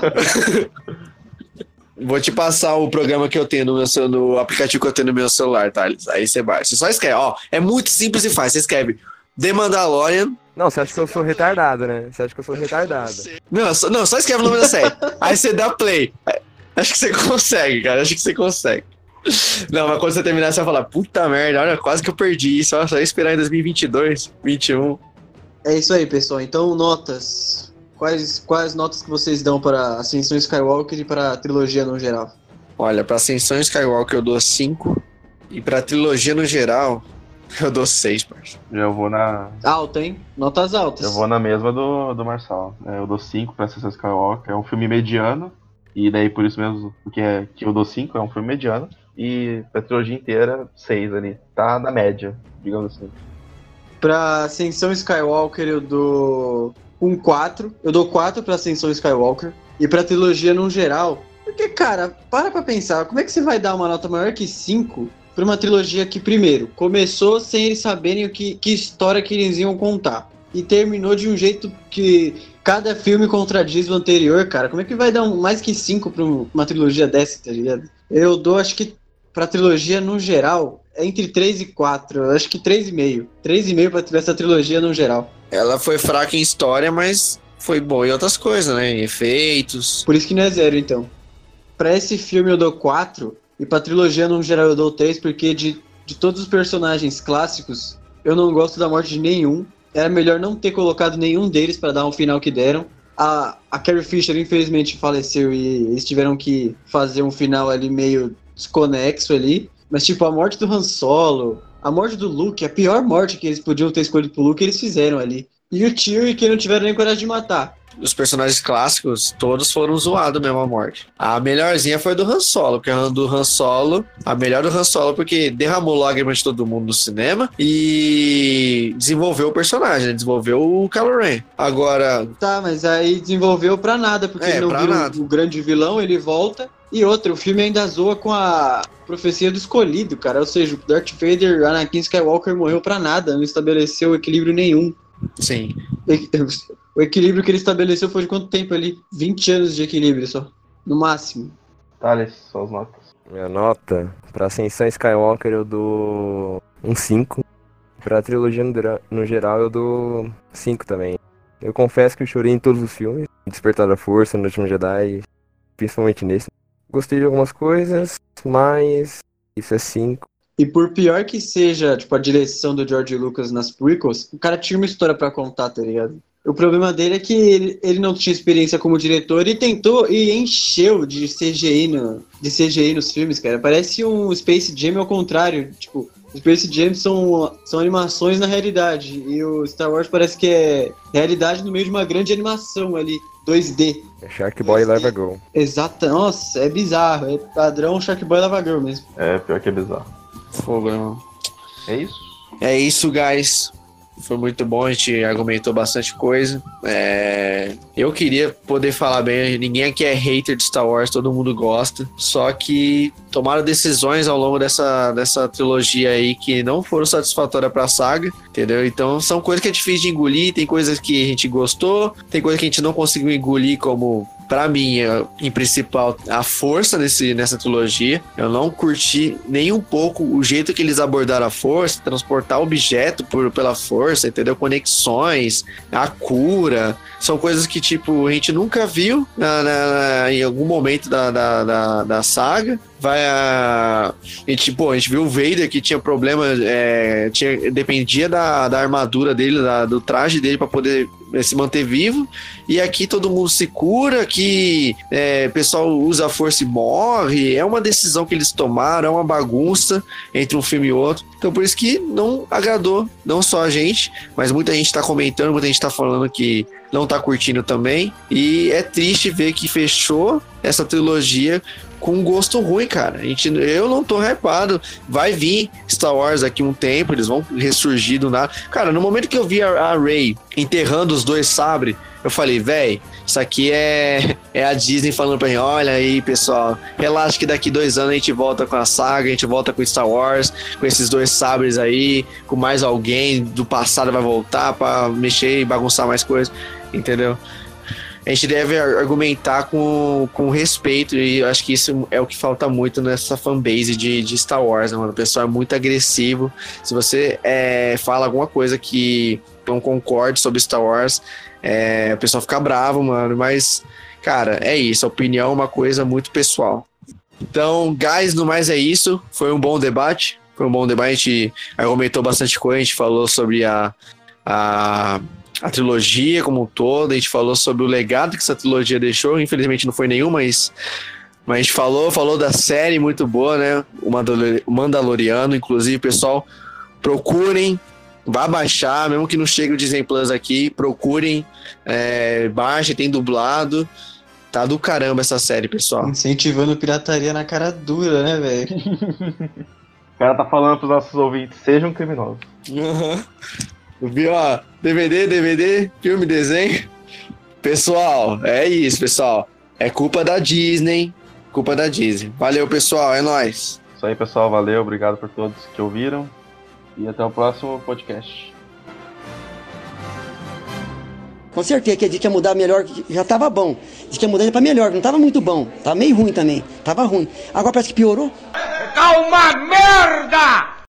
Vou te passar o programa que eu tenho no meu celu- no aplicativo que eu tenho no meu celular, Thales. Aí você baixa. Você só escreve, ó. É muito simples e fácil. Você escreve The Mandalorian. Não, você acha que eu sou retardado, né? Você acha que eu sou retardado. Não, só, não, só escreve o nome da série. Aí você dá play. Acho que você consegue, cara. Acho que você consegue. Não, mas quando você terminar, você vai falar, puta merda, olha, quase que eu perdi isso. Só, só ia esperar em dois mil e vinte e dois, vinte e um. É isso aí, pessoal. Então, notas. Quais, quais notas que vocês dão para Ascensão Skywalker e para a trilogia no geral? Olha, pra Ascensão Skywalker eu dou cinco. E pra trilogia no geral, eu dou seis, parceiro. Já vou na. Alta, hein? Notas altas. Eu vou na mesma do, do Marçal. É, eu dou cinco pra Ascensão Skywalker. É um filme mediano. E daí por isso mesmo que, é, que eu dou cinco, é um filme mediano. E pra trilogia inteira, seis ali. Tá na média, digamos assim. Pra Ascensão Skywalker eu dou um quatro. Eu dou quatro pra Ascensão Skywalker. E pra trilogia no geral. Porque, cara, para pra pensar. Como é que você vai dar uma nota maior que cinco pra uma trilogia que, primeiro, começou sem eles saberem o que, que história que eles iam contar. E terminou de um jeito que cada filme contradiz o anterior, cara. Como é que vai dar um, mais que cinco pra um- uma trilogia dessa, tá ligado? Eu dou, acho que, pra trilogia no geral, é entre três e quatro. Eu acho que três e meio. três e meio pra essa trilogia no geral. Ela foi fraca em história, mas foi boa em outras coisas, né? Em efeitos. Por isso que não é zero, então. Pra esse filme eu dou quatro. E pra trilogia no geral eu dou três, porque de, de todos os personagens clássicos, eu não gosto da morte de nenhum. Era melhor não ter colocado nenhum deles pra dar um final que deram. A, a Carrie Fisher, infelizmente, faleceu e eles tiveram que fazer um final ali meio desconexo ali. Mas, tipo, a morte do Han Solo, a morte do Luke, a pior morte que eles podiam ter escolhido pro Luke, eles fizeram ali. E o Chewie, que não tiveram nem coragem de matar. Os personagens clássicos, todos foram zoados mesmo a morte. A melhorzinha foi do Han Solo, porque a do Han Solo, a melhor do Han Solo, porque derramou lágrimas de todo mundo no cinema e desenvolveu o personagem, né? Desenvolveu o Kylo Ren. Agora, Tá, mas aí desenvolveu pra nada, porque É, ele não pra vira nada. o grande vilão, ele volta E outra, o filme ainda zoa com a profecia do escolhido, cara. Ou seja, o Darth Vader, Anakin Skywalker morreu pra nada, não estabeleceu equilíbrio nenhum. Sim. O equilíbrio que ele estabeleceu foi de quanto tempo ali? vinte anos de equilíbrio só, no máximo. Thales, suas notas. Minha nota pra Ascensão Skywalker eu dou um cinco. Pra trilogia no, no geral eu dou cinco também. Eu confesso que eu chorei em todos os filmes. Despertar da Força, No Último Jedi, principalmente nesse. Gostei de algumas coisas, mas isso é cinco. E por pior que seja, tipo, a direção do George Lucas nas prequels, o cara tinha uma história pra contar, tá ligado? O problema dele é que ele, ele não tinha experiência como diretor e tentou e encheu de C G I, no, de C G I nos filmes, cara. Parece um Space Jam ao contrário. Tipo, Space Jam são, são animações na realidade. E o Star Wars parece que é realidade no meio de uma grande animação ali, dois D. É Shark Boy Lava Girl. Exato, nossa, é bizarro. É padrão Shark Boy Lava Girl mesmo. É, pior que é bizarro. Fogo, irmão. É isso? É isso, guys. Foi muito bom, a gente argumentou bastante coisa. É... Eu queria poder falar bem, ninguém aqui é hater de Star Wars, todo mundo gosta. Só que tomaram decisões ao longo dessa, dessa trilogia aí que não foram satisfatórias pra saga, entendeu? Então são coisas que é difícil de engolir, tem coisas que a gente gostou, tem coisas que a gente não conseguiu engolir, como... Pra mim, em principal, a força nesse, nessa trilogia. Eu não curti nem um pouco o jeito que eles abordaram a força, transportar objeto por, pela força, entendeu? Conexões, a cura. São coisas que, tipo, a gente nunca viu na, na, em algum momento da, da, da, da saga. Vai a... a gente, pô, a gente viu o Vader que tinha problema, é, tinha, dependia da, da armadura dele, da, do traje dele pra poder é, se manter vivo, e aqui todo mundo se cura, que é, o pessoal usa a força e morre, é uma decisão que eles tomaram, é uma bagunça entre um filme e outro, então por isso que não agradou, não só a gente, mas muita gente tá comentando, muita gente tá falando que não tá curtindo também, e é triste ver que fechou essa trilogia com um gosto ruim, cara. A gente, eu não tô hypado. Vai vir Star Wars daqui um tempo, eles vão ressurgir do nada. Cara, no momento que eu vi a, a Rey enterrando os dois sabres, eu falei, véi, isso aqui é, é a Disney falando pra mim, olha aí, pessoal, relaxa que daqui dois anos a gente volta com a saga, a gente volta com Star Wars, com esses dois sabres aí, com mais alguém do passado vai voltar pra mexer e bagunçar mais coisas, entendeu? A gente deve argumentar com, com respeito, e eu acho que isso é o que falta muito nessa fanbase de, de Star Wars, né, mano? O pessoal é muito agressivo. Se você é, fala alguma coisa que não concorde sobre Star Wars, é, o pessoal fica bravo, mano. Mas, cara, é isso. A opinião é uma coisa muito pessoal. Então, guys, no mais é isso. Foi um bom debate. Foi um bom debate. A gente argumentou bastante coisa. A gente falou sobre a... a a trilogia como um todo, a gente falou sobre o legado que essa trilogia deixou, infelizmente não foi nenhum, mas, mas a gente falou, falou da série muito boa, né, o Mandaloriano, inclusive, pessoal, procurem, vá baixar, mesmo que não chegue o Disney Plus aqui, procurem, é, baixa, tem dublado, tá do caramba essa série, pessoal. Incentivando pirataria na cara dura, né, velho? O cara tá falando pros nossos ouvintes, sejam criminosos. Uhum. Viu, ó, D V D, D V D, filme, desenho. Pessoal, é isso, pessoal. É culpa da Disney. Culpa da Disney. Valeu, pessoal, é nóis. Isso aí, pessoal, valeu, obrigado por todos que ouviram. E até o próximo podcast. Com certeza que a gente ia mudar melhor, já tava bom. Diz que ia mudar pra melhor, não tava muito bom. Tava meio ruim também, tava ruim. Agora parece que piorou. Tá uma merda!